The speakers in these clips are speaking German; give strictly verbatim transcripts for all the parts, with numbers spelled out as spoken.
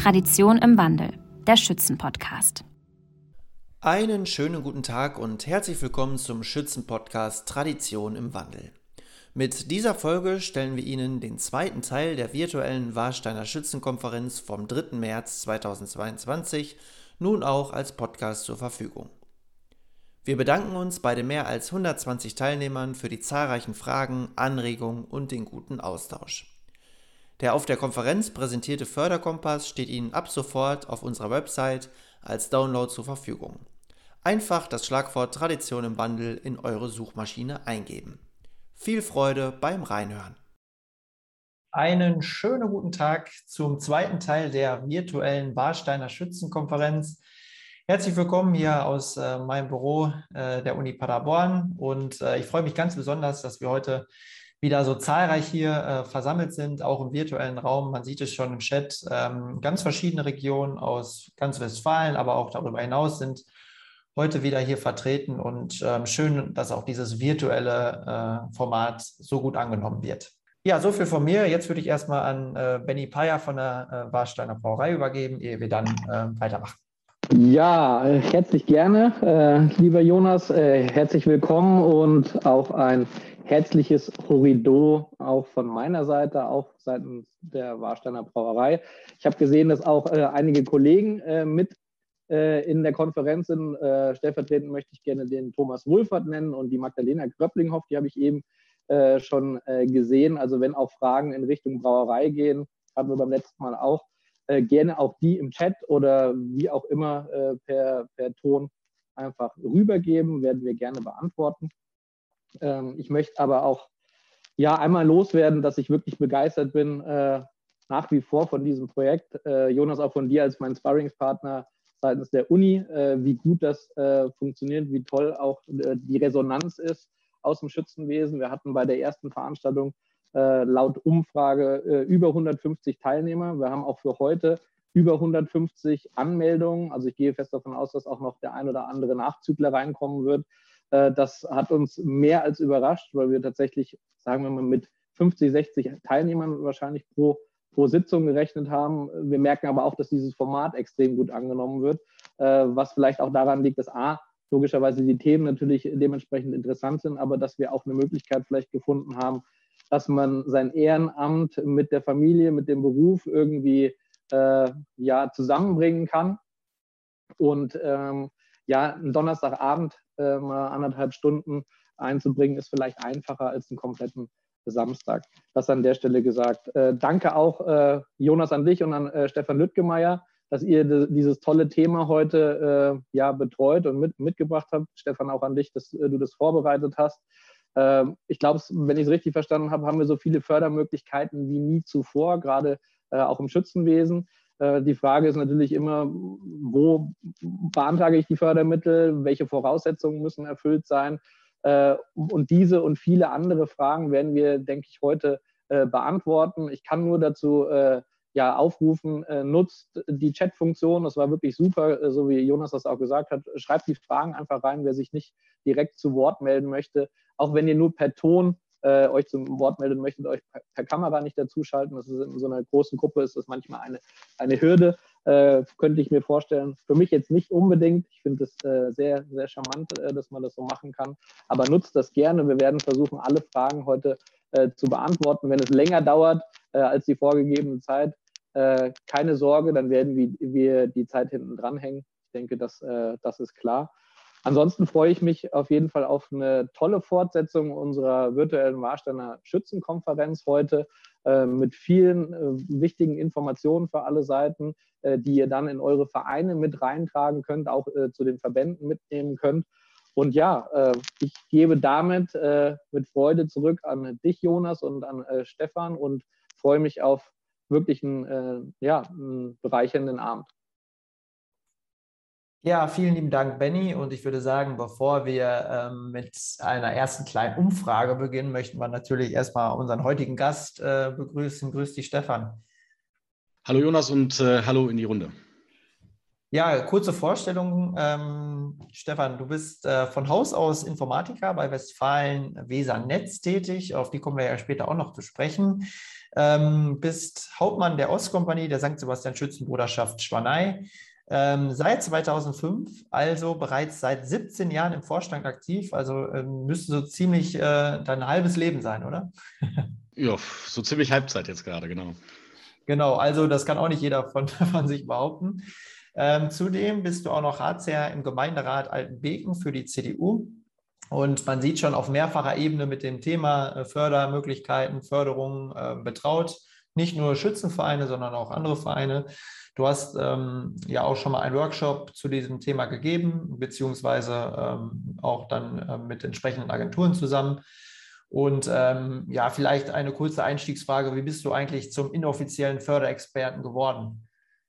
Tradition im Wandel, der Schützen-Podcast. Einen schönen guten Tag und herzlich willkommen zum Schützen-Podcast Tradition im Wandel. Mit dieser Folge stellen wir Ihnen den zweiten Teil der virtuellen Warsteiner Schützenkonferenz vom dritten März zweitausendzweiundzwanzig nun auch als Podcast zur Verfügung. Wir bedanken uns bei den mehr als hundertzwanzig Teilnehmern für die zahlreichen Fragen, Anregungen und den guten Austausch. Der auf der Konferenz präsentierte Förderkompass steht Ihnen ab sofort auf unserer Website als Download zur Verfügung. Einfach das Schlagwort Tradition im Wandel in eure Suchmaschine eingeben. Viel Freude beim Reinhören. Einen schönen guten Tag zum zweiten Teil der virtuellen Warsteiner Schützenkonferenz. Herzlich willkommen hier aus äh, meinem Büro äh, der Uni Paderborn und äh, ich freue mich ganz besonders, dass wir heute wieder so zahlreich hier äh, versammelt sind, auch im virtuellen Raum. Man sieht es schon im Chat, ähm, ganz verschiedene Regionen aus ganz Westfalen, aber auch darüber hinaus sind heute wieder hier vertreten und ähm, schön, dass auch dieses virtuelle äh, Format so gut angenommen wird. Ja, so viel von mir. Jetzt würde ich erstmal an äh, Benny Payer von der äh, Warsteiner Brauerei übergeben, ehe wir dann äh, weitermachen. Ja, herzlich gerne, äh, lieber Jonas, äh, herzlich willkommen und auch ein herzliches Horrido auch von meiner Seite, auch seitens der Warsteiner Brauerei. Ich habe gesehen, dass auch äh, einige Kollegen äh, mit äh, in der Konferenz sind. Äh, stellvertretend möchte ich gerne den Thomas Wohlfahrt nennen und die Magdalena Gröpplinghoff, die habe ich eben äh, schon äh, gesehen. Also wenn auch Fragen in Richtung Brauerei gehen, hatten wir beim letzten Mal auch, Äh, gerne auch die im Chat oder wie auch immer äh, per, per Ton einfach rübergeben, werden wir gerne beantworten. Ähm, ich möchte aber auch ja, einmal loswerden, dass ich wirklich begeistert bin äh, nach wie vor von diesem Projekt. Äh, Jonas, auch von dir als mein Sparringspartner seitens der Uni, äh, wie gut das äh, funktioniert, wie toll auch äh, die Resonanz ist aus dem Schützenwesen. Wir hatten bei der ersten Veranstaltung Äh, laut Umfrage äh, über hundertfünfzig Teilnehmer. Wir haben auch für heute über hundertfünfzig Anmeldungen. Also ich gehe fest davon aus, dass auch noch der ein oder andere Nachzügler reinkommen wird. Äh, das hat uns mehr als überrascht, weil wir tatsächlich, sagen wir mal, mit fünfzig, sechzig Teilnehmern wahrscheinlich pro, pro Sitzung gerechnet haben. Wir merken aber auch, dass dieses Format extrem gut angenommen wird, äh, was vielleicht auch daran liegt, dass A, logischerweise die Themen natürlich dementsprechend interessant sind, aber dass wir auch eine Möglichkeit vielleicht gefunden haben, dass man sein Ehrenamt mit der Familie, mit dem Beruf irgendwie äh, ja, zusammenbringen kann. Und ähm, ja, einen Donnerstagabend äh, mal anderthalb Stunden einzubringen, ist vielleicht einfacher als einen kompletten Samstag. Das an der Stelle gesagt. Äh, danke auch, äh, Jonas, an dich und an äh, Stefan Lüttgemeier, dass ihr de- dieses tolle Thema heute äh, ja, betreut und mit, mitgebracht habt. Stefan, auch an dich, dass äh, du das vorbereitet hast. Ich glaube, wenn ich es richtig verstanden habe, haben wir so viele Fördermöglichkeiten wie nie zuvor, gerade äh, auch im Schützenwesen. Äh, die Frage ist natürlich immer, wo beantrage ich die Fördermittel, welche Voraussetzungen müssen erfüllt sein. Äh, und diese und viele andere Fragen werden wir, denke ich, heute äh, beantworten. Ich kann nur dazu äh, ja, aufrufen, äh, nutzt die Chat-Funktion. Das war wirklich super, äh, so wie Jonas das auch gesagt hat. Schreibt die Fragen einfach rein, wer sich nicht direkt zu Wort melden möchte. Auch wenn ihr nur per Ton äh, euch zum Wort melden möchtet, euch per, per Kamera nicht dazuschalten. Das ist in so einer großen Gruppe ist das manchmal eine, eine Hürde, äh, könnte ich mir vorstellen. Für mich jetzt nicht unbedingt. Ich finde es äh, sehr, sehr charmant, äh, dass man das so machen kann. Aber nutzt das gerne. Wir werden versuchen, alle Fragen heute äh, zu beantworten. Wenn es länger dauert äh, als die vorgegebene Zeit, äh, keine Sorge, dann werden wir, wir die Zeit hinten dranhängen. Ich denke, das, äh, das ist klar. Ansonsten freue ich mich auf jeden Fall auf eine tolle Fortsetzung unserer virtuellen Warsteiner Schützenkonferenz heute äh, mit vielen äh, wichtigen Informationen für alle Seiten, äh, die ihr dann in eure Vereine mit reintragen könnt, auch äh, zu den Verbänden mitnehmen könnt. Und ja, äh, ich gebe damit äh, mit Freude zurück an dich, Jonas, und an äh, Stefan und freue mich auf wirklich einen, äh, ja, einen bereichernden Abend. Ja, vielen lieben Dank, Benny. Und ich würde sagen, bevor wir ähm, mit einer ersten kleinen Umfrage beginnen, möchten wir natürlich erstmal unseren heutigen Gast äh, begrüßen. Grüß dich, Stefan. Hallo Jonas und äh, hallo in die Runde. Ja, kurze Vorstellung. Ähm, Stefan, du bist äh, von Haus aus Informatiker bei Westfalen Weser Netz tätig. Auf die kommen wir ja später auch noch zu sprechen. ähm, bist Hauptmann der Ostkompanie der Sankt Sebastian Schützenbruderschaft Schwanei. Ähm, seit zweitausendfünf, also bereits seit siebzehn Jahren im Vorstand aktiv. Also ähm, müsste so ziemlich äh, dein halbes Leben sein, oder? Ja, so ziemlich Halbzeit jetzt gerade, genau. Genau, also das kann auch nicht jeder von, von sich behaupten. Ähm, zudem bist du auch noch Ratsherr im Gemeinderat Altenbeken für die C D U. Und man sieht schon auf mehrfacher Ebene mit dem Thema äh, Fördermöglichkeiten, Förderung äh, betraut. Nicht nur Schützenvereine, sondern auch andere Vereine. Du hast ähm, ja auch schon mal einen Workshop zu diesem Thema gegeben, beziehungsweise ähm, auch dann äh, mit entsprechenden Agenturen zusammen. Und ähm, ja, vielleicht eine kurze Einstiegsfrage. Wie bist du eigentlich zum inoffiziellen Förderexperten geworden?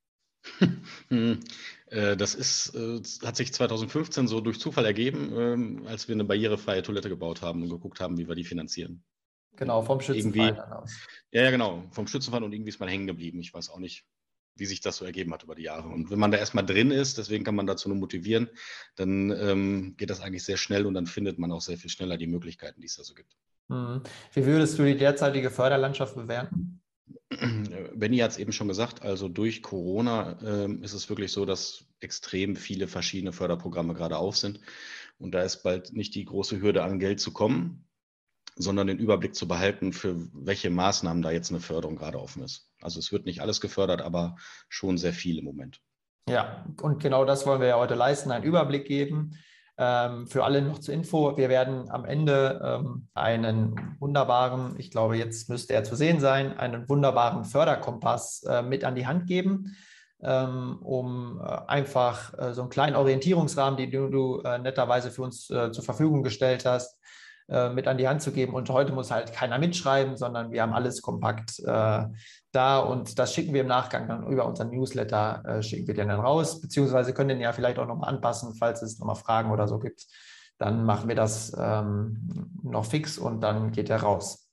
Das ist, hat sich zweitausendfünfzehn so durch Zufall ergeben, als wir eine barrierefreie Toilette gebaut haben und geguckt haben, wie wir die finanzieren. Genau, vom Schützenverein dann aus. Ja, ja, genau, vom Schützenverein, und irgendwie ist man hängen geblieben. Ich weiß auch nicht, wie sich das so ergeben hat über die Jahre. Und wenn man da erstmal drin ist, deswegen kann man dazu nur motivieren, dann ähm, geht das eigentlich sehr schnell und dann findet man auch sehr viel schneller die Möglichkeiten, die es da so gibt. Mhm. Wie würdest du die derzeitige Förderlandschaft bewerten? Benni hat es eben schon gesagt, also durch Corona ähm, ist es wirklich so, dass extrem viele verschiedene Förderprogramme gerade auf sind. Und da ist bald nicht die große Hürde, an Geld zu kommen, sondern den Überblick zu behalten, für welche Maßnahmen da jetzt eine Förderung gerade offen ist. Also es wird nicht alles gefördert, aber schon sehr viel im Moment. Ja, und genau das wollen wir ja heute leisten, einen Überblick geben. Ähm, für alle noch zur Info, wir werden am Ende ähm, einen wunderbaren, ich glaube, jetzt müsste er zu sehen sein, einen wunderbaren Förderkompass äh, mit an die Hand geben, ähm, um äh, einfach äh, so einen kleinen Orientierungsrahmen, den du, du äh, netterweise für uns äh, zur Verfügung gestellt hast, äh, mit an die Hand zu geben. Und heute muss halt keiner mitschreiben, sondern wir haben alles kompakt äh, da, und das schicken wir im Nachgang dann über unseren Newsletter, äh, schicken wir den dann raus, beziehungsweise können den ja vielleicht auch nochmal anpassen, falls es nochmal Fragen oder so gibt. Dann machen wir das ähm, noch fix und dann geht er raus.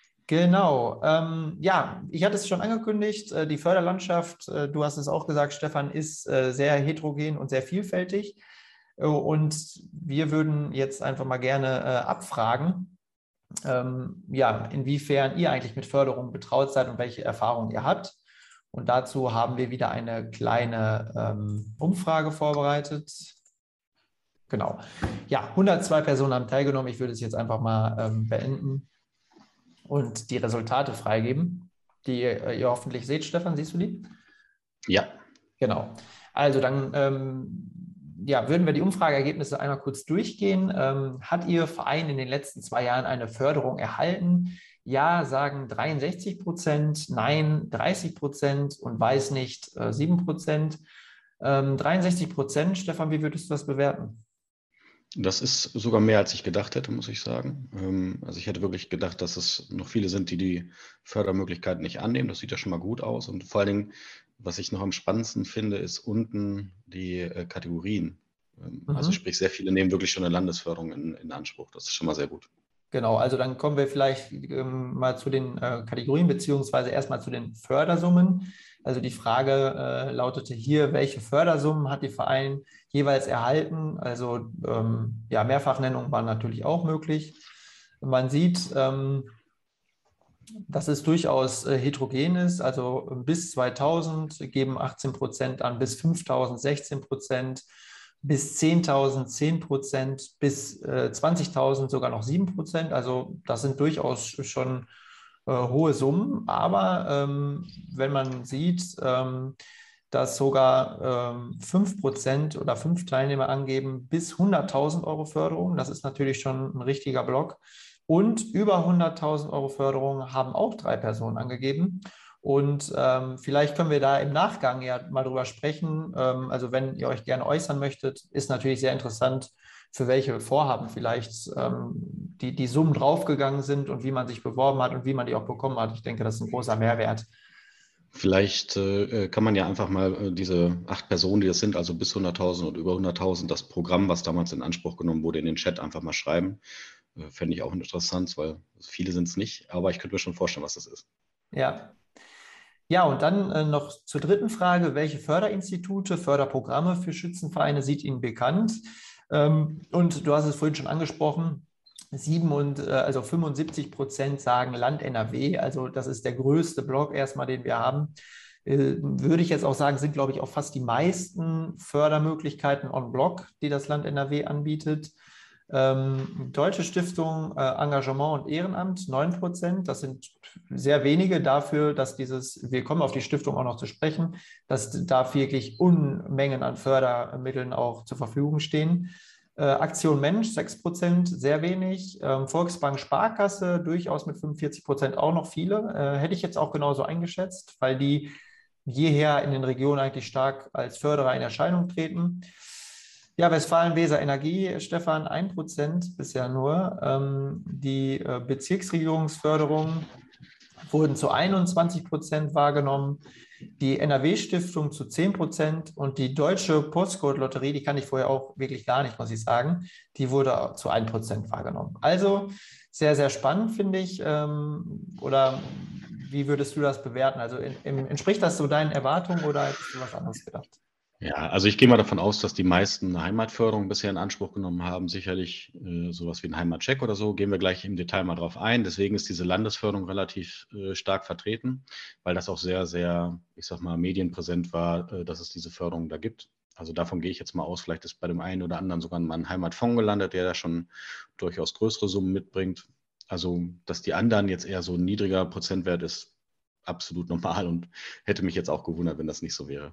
Genau. Ähm, ja, ich hatte es schon angekündigt, äh, die Förderlandschaft, äh, du hast es auch gesagt, Stefan, ist äh, sehr heterogen und sehr vielfältig. Äh, und wir würden jetzt einfach mal gerne äh, abfragen, Ähm, ja, inwiefern ihr eigentlich mit Förderung betraut seid und welche Erfahrungen ihr habt. Und dazu haben wir wieder eine kleine ähm, Umfrage vorbereitet. Genau. Ja, hundertzwei Personen haben teilgenommen. Ich würde es jetzt einfach mal ähm, beenden und die Resultate freigeben, die ihr, ihr hoffentlich seht. Stefan, siehst du die? Ja. Genau. Also dann ähm, ja, würden wir die Umfrageergebnisse einmal kurz durchgehen. Ähm, hat Ihr Verein in den letzten zwei Jahren eine Förderung erhalten? Ja, sagen dreiundsechzig Prozent, nein dreißig Prozent und weiß nicht äh, sieben Prozent. Ähm, dreiundsechzig Prozent, Stefan, wie würdest du das bewerten? Das ist sogar mehr, als ich gedacht hätte, muss ich sagen. Ähm, also ich hätte wirklich gedacht, dass es noch viele sind, die die Fördermöglichkeiten nicht annehmen. Das sieht ja schon mal gut aus. Und vor allen Dingen, was ich noch am spannendsten finde, ist unten die äh, Kategorien. Ähm, mhm. Also sprich, sehr viele nehmen wirklich schon eine Landesförderung in, in Anspruch. Das ist schon mal sehr gut. Genau, also dann kommen wir vielleicht ähm, mal zu den äh, Kategorien, beziehungsweise erstmal zu den Fördersummen. Also die Frage äh, lautete hier, welche Fördersummen hat die Verein jeweils erhalten? Also ähm, ja, Mehrfachnennungen waren natürlich auch möglich. Man sieht, ähm, dass es durchaus äh, heterogen ist. Also bis zweitausend geben achtzehn Prozent an, bis fünftausend sechzehn Prozent, bis zehntausend zehn Prozent, bis äh, zwanzigtausend sogar noch sieben Prozent. Also das sind durchaus schon äh, hohe Summen. Aber ähm, wenn man sieht, ähm, dass sogar ähm, fünf Prozent oder fünf Teilnehmer angeben bis hunderttausend Euro Förderung, das ist natürlich schon ein richtiger Block. Und über hunderttausend Euro Förderung haben auch drei Personen angegeben. Und ähm, vielleicht können wir da im Nachgang ja mal drüber sprechen. Ähm, also wenn ihr euch gerne äußern möchtet, ist natürlich sehr interessant, für welche Vorhaben vielleicht ähm, die, die Summen draufgegangen sind und wie man sich beworben hat und wie man die auch bekommen hat. Ich denke, das ist ein großer Mehrwert. Vielleicht äh, kann man ja einfach mal äh, diese acht Personen, die das sind, also bis hunderttausend und über hunderttausend, das Programm, was damals in Anspruch genommen wurde, in den Chat einfach mal schreiben. Äh, fände ich auch interessant, weil viele sind es nicht, aber ich könnte mir schon vorstellen, was das ist. Ja. Ja, und dann äh, noch zur dritten Frage. Welche Förderinstitute, Förderprogramme für Schützenvereine sind Ihnen bekannt? Ähm, und du hast es vorhin schon angesprochen, sieben und, äh, also fünfundsiebzig Prozent sagen Land N R W. Also das ist der größte Block erstmal, den wir haben. Äh, würde ich jetzt auch sagen, sind, glaube ich, auch fast die meisten Fördermöglichkeiten on Block, die das Land N R W anbietet. Ähm, Deutsche Stiftung, äh, Engagement und Ehrenamt, neun Prozent. Das sind sehr wenige dafür, dass dieses, wir kommen auf die Stiftung auch noch zu sprechen, dass da wirklich Unmengen an Fördermitteln auch zur Verfügung stehen. Äh, Aktion Mensch, sechs Prozent, sehr wenig. Ähm, Volksbank Sparkasse, durchaus mit fünfundvierzig Prozent auch noch viele. Äh, hätte ich jetzt auch genauso eingeschätzt, weil die jeher in den Regionen eigentlich stark als Förderer in Erscheinung treten. Ja, Westfalen-Weser Energie, Stefan, ein Prozent bisher nur. Ähm, die äh, Bezirksregierungsförderung wurden zu einundzwanzig Prozent wahrgenommen, die N R W-Stiftung zu zehn Prozent und die Deutsche Postcode-Lotterie, die kann ich vorher auch wirklich gar nicht, muss ich sagen, die wurde zu ein Prozent wahrgenommen. Also sehr, sehr spannend, finde ich. Ähm, oder wie würdest du das bewerten? Also in, in, entspricht das so deinen Erwartungen oder hättest du was anderes gedacht? Ja, also ich gehe mal davon aus, dass die meisten eine Heimatförderung bisher in Anspruch genommen haben. Sicherlich äh, sowas wie ein Heimatcheck oder so. Gehen wir gleich im Detail mal drauf ein. Deswegen ist diese Landesförderung relativ äh, stark vertreten, weil das auch sehr, sehr, ich sag mal, medienpräsent war, äh, dass es diese Förderung da gibt. Also davon gehe ich jetzt mal aus. Vielleicht ist bei dem einen oder anderen sogar mal ein Heimatfonds gelandet, der da schon durchaus größere Summen mitbringt. Also, dass die anderen jetzt eher so ein niedriger Prozentwert ist, absolut normal und hätte mich jetzt auch gewundert, wenn das nicht so wäre.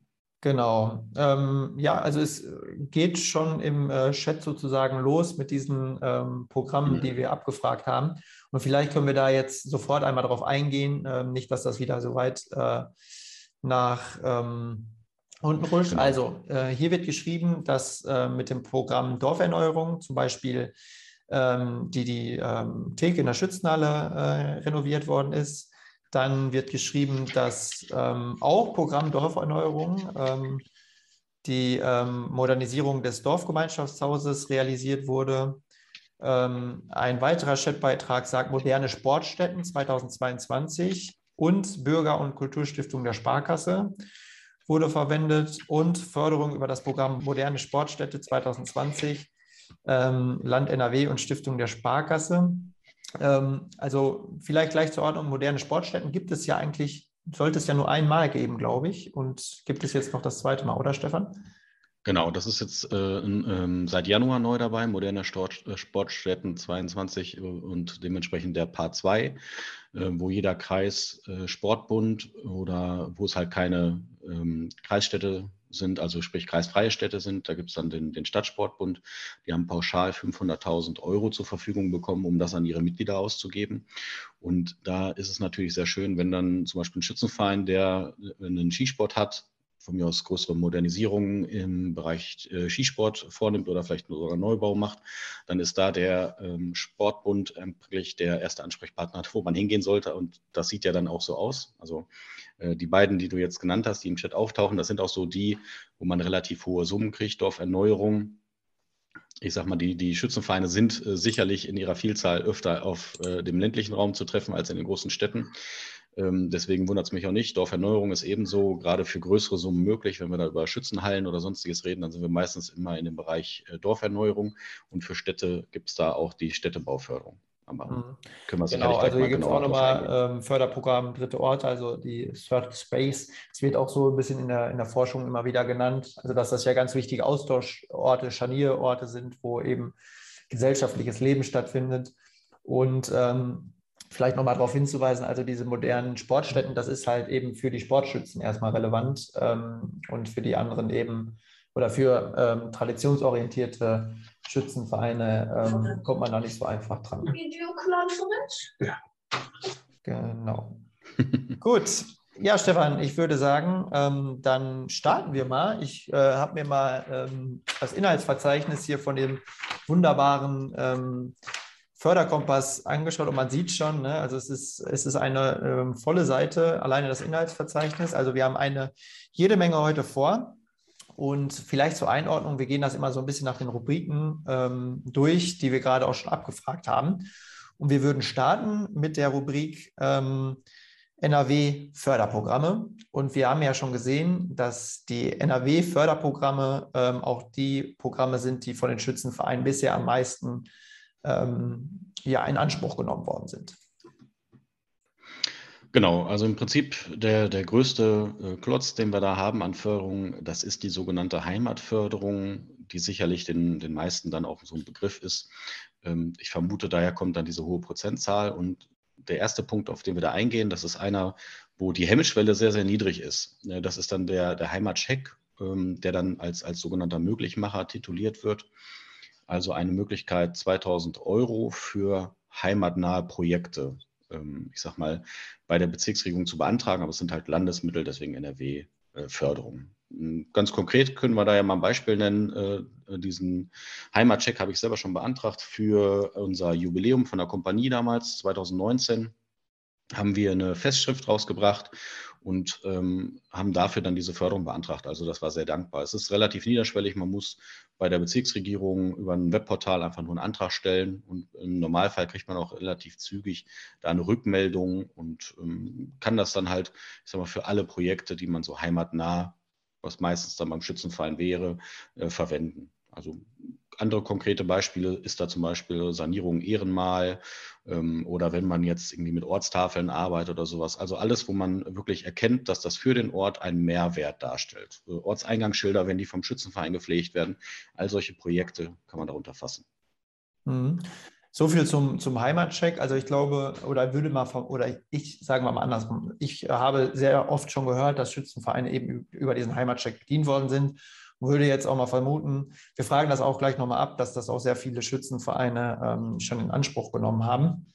Genau. Ähm, ja, also es geht schon im äh, Chat sozusagen los mit diesen ähm, Programmen, die wir abgefragt haben. Und vielleicht können wir da jetzt sofort einmal drauf eingehen. Ähm, nicht, dass das wieder so weit äh, nach ähm, unten rutscht. Genau. Also äh, hier wird geschrieben, dass äh, mit dem Programm Dorferneuerung zum Beispiel ähm, die, die ähm, Theke in der Schützenhalle äh, renoviert worden ist. Dann wird geschrieben, dass ähm, auch Programm Dorferneuerung ähm, die ähm, Modernisierung des Dorfgemeinschaftshauses realisiert wurde. Ähm, ein weiterer Chatbeitrag sagt moderne Sportstätten zweitausendzweiundzwanzig und Bürger- und Kulturstiftung der Sparkasse wurde verwendet und Förderung über das Programm Moderne Sportstätte zweitausendzwanzig, ähm, Land N R W und Stiftung der Sparkasse. Also vielleicht gleich zur Ordnung, moderne Sportstätten gibt es ja eigentlich, sollte es ja nur einmal geben, glaube ich. Und gibt es jetzt noch das zweite Mal, oder Stefan? Genau, das ist jetzt äh, äh, seit Januar neu dabei, moderne Stort, äh, Sportstätten zweiundzwanzig und dementsprechend der Part zwei, äh, wo jeder Kreis, äh, Sportbund oder wo es halt keine ähm, Kreisstädte sind, also sprich kreisfreie Städte sind, da gibt es dann den, den Stadtsportbund, die haben pauschal fünfhunderttausend Euro zur Verfügung bekommen, um das an ihre Mitglieder auszugeben. Und da ist es natürlich sehr schön, wenn dann zum Beispiel ein Schützenverein, der einen Skisport hat, von mir aus größere Modernisierungen im Bereich äh, Skisport vornimmt oder vielleicht nur sogar Neubau macht, dann ist da der ähm, Sportbund wirklich der erste Ansprechpartner, wo man hingehen sollte. Und das sieht ja dann auch so aus. Also äh, die beiden, die du jetzt genannt hast, die im Chat auftauchen, das sind auch so die, wo man relativ hohe Summen kriegt, Dorferneuerung. Ich sag mal, die, die Schützenvereine sind äh, sicherlich in ihrer Vielzahl öfter auf äh, dem ländlichen Raum zu treffen als in den großen Städten. Ähm, deswegen wundert es mich auch nicht. Dorferneuerung ist ebenso gerade für größere Summen möglich. Wenn wir da über Schützenhallen oder sonstiges reden, dann sind wir meistens immer in dem Bereich äh, Dorferneuerung. Und für Städte gibt es da auch die Städtebauförderung. Aber Mhm. können wir Genau, sicherlich also hier gibt es auch nochmal ähm, Förderprogramm Dritte Orte, also die Third Space. Es wird auch so ein bisschen in der, in der Forschung immer wieder genannt, also dass das ja ganz wichtige Austauschorte, Scharnierorte sind, wo eben gesellschaftliches Leben stattfindet. Und ähm, vielleicht nochmal darauf hinzuweisen, also diese modernen Sportstätten, das ist halt eben für die Sportschützen erstmal relevant ähm, und für die anderen eben oder für ähm, traditionsorientierte Schützenvereine ähm, kommt man da nicht so einfach dran. Videokonferenz? Ja. Genau. Gut. Ja, Stefan, ich würde sagen, ähm, dann starten wir mal. Ich äh, habe mir mal ähm, das Inhaltsverzeichnis hier von dem wunderbaren ähm, Förderkompass angeschaut und man sieht schon, ne, also es ist, es ist eine ähm, volle Seite, alleine das Inhaltsverzeichnis. Also wir haben eine jede Menge heute vor. Und vielleicht zur Einordnung, wir gehen das immer so ein bisschen nach den Rubriken ähm, durch, die wir gerade auch schon abgefragt haben. Und wir würden starten mit der Rubrik ähm, N R W-Förderprogramme. Und wir haben ja schon gesehen, dass die N R W-Förderprogramme ähm, auch die Programme sind, die von den Schützenvereinen bisher am meisten ähm, ja, in Anspruch genommen worden sind. Genau, also im Prinzip der, der größte äh, Klotz, den wir da haben an Förderung, das ist die sogenannte Heimatförderung, die sicherlich den, den meisten dann auch so ein Begriff ist. Ähm, ich vermute, daher kommt dann diese hohe Prozentzahl. Und der erste Punkt, auf den wir da eingehen, das ist einer, wo die Hemmschwelle sehr, sehr niedrig ist. Ja, das ist dann der, der Heimatcheck, ähm, der dann als, als sogenannter Möglichmacher tituliert wird. Also eine Möglichkeit, zweitausend Euro für heimatnahe Projekte, ich sag mal, bei der Bezirksregierung zu beantragen, aber es sind halt Landesmittel, deswegen N R W-Förderung. Ganz konkret können wir da ja mal ein Beispiel nennen. Diesen Heimatcheck habe ich selber schon beantragt für unser Jubiläum von der Kompanie damals, zwanzig neunzehn. Haben wir eine Festschrift rausgebracht und ähm, haben dafür dann diese Förderung beantragt. Also das war sehr dankbar. Es ist relativ niederschwellig. Man muss bei der Bezirksregierung über ein Webportal einfach nur einen Antrag stellen und im Normalfall kriegt man auch relativ zügig da eine Rückmeldung und ähm, kann das dann halt, ich sag mal, für alle Projekte, die man so heimatnah, was meistens dann beim Schützenverein wäre, äh, verwenden. Also andere konkrete Beispiele ist da zum Beispiel Sanierung Ehrenmal ähm, oder wenn man jetzt irgendwie mit Ortstafeln arbeitet oder sowas. Also alles, wo man wirklich erkennt, dass das für den Ort einen Mehrwert darstellt. Ortseingangsschilder, wenn die vom Schützenverein gepflegt werden, all solche Projekte kann man darunter fassen. Mhm. So viel zum, zum Heimatcheck. Also ich glaube, oder würde mal vom, oder ich sage mal andersrum. Ich habe sehr oft schon gehört, dass Schützenvereine eben über diesen Heimatcheck bedient worden sind. Und würde jetzt auch mal vermuten, wir fragen das auch gleich nochmal ab, dass das auch sehr viele Schützenvereine ähm, schon in Anspruch genommen haben.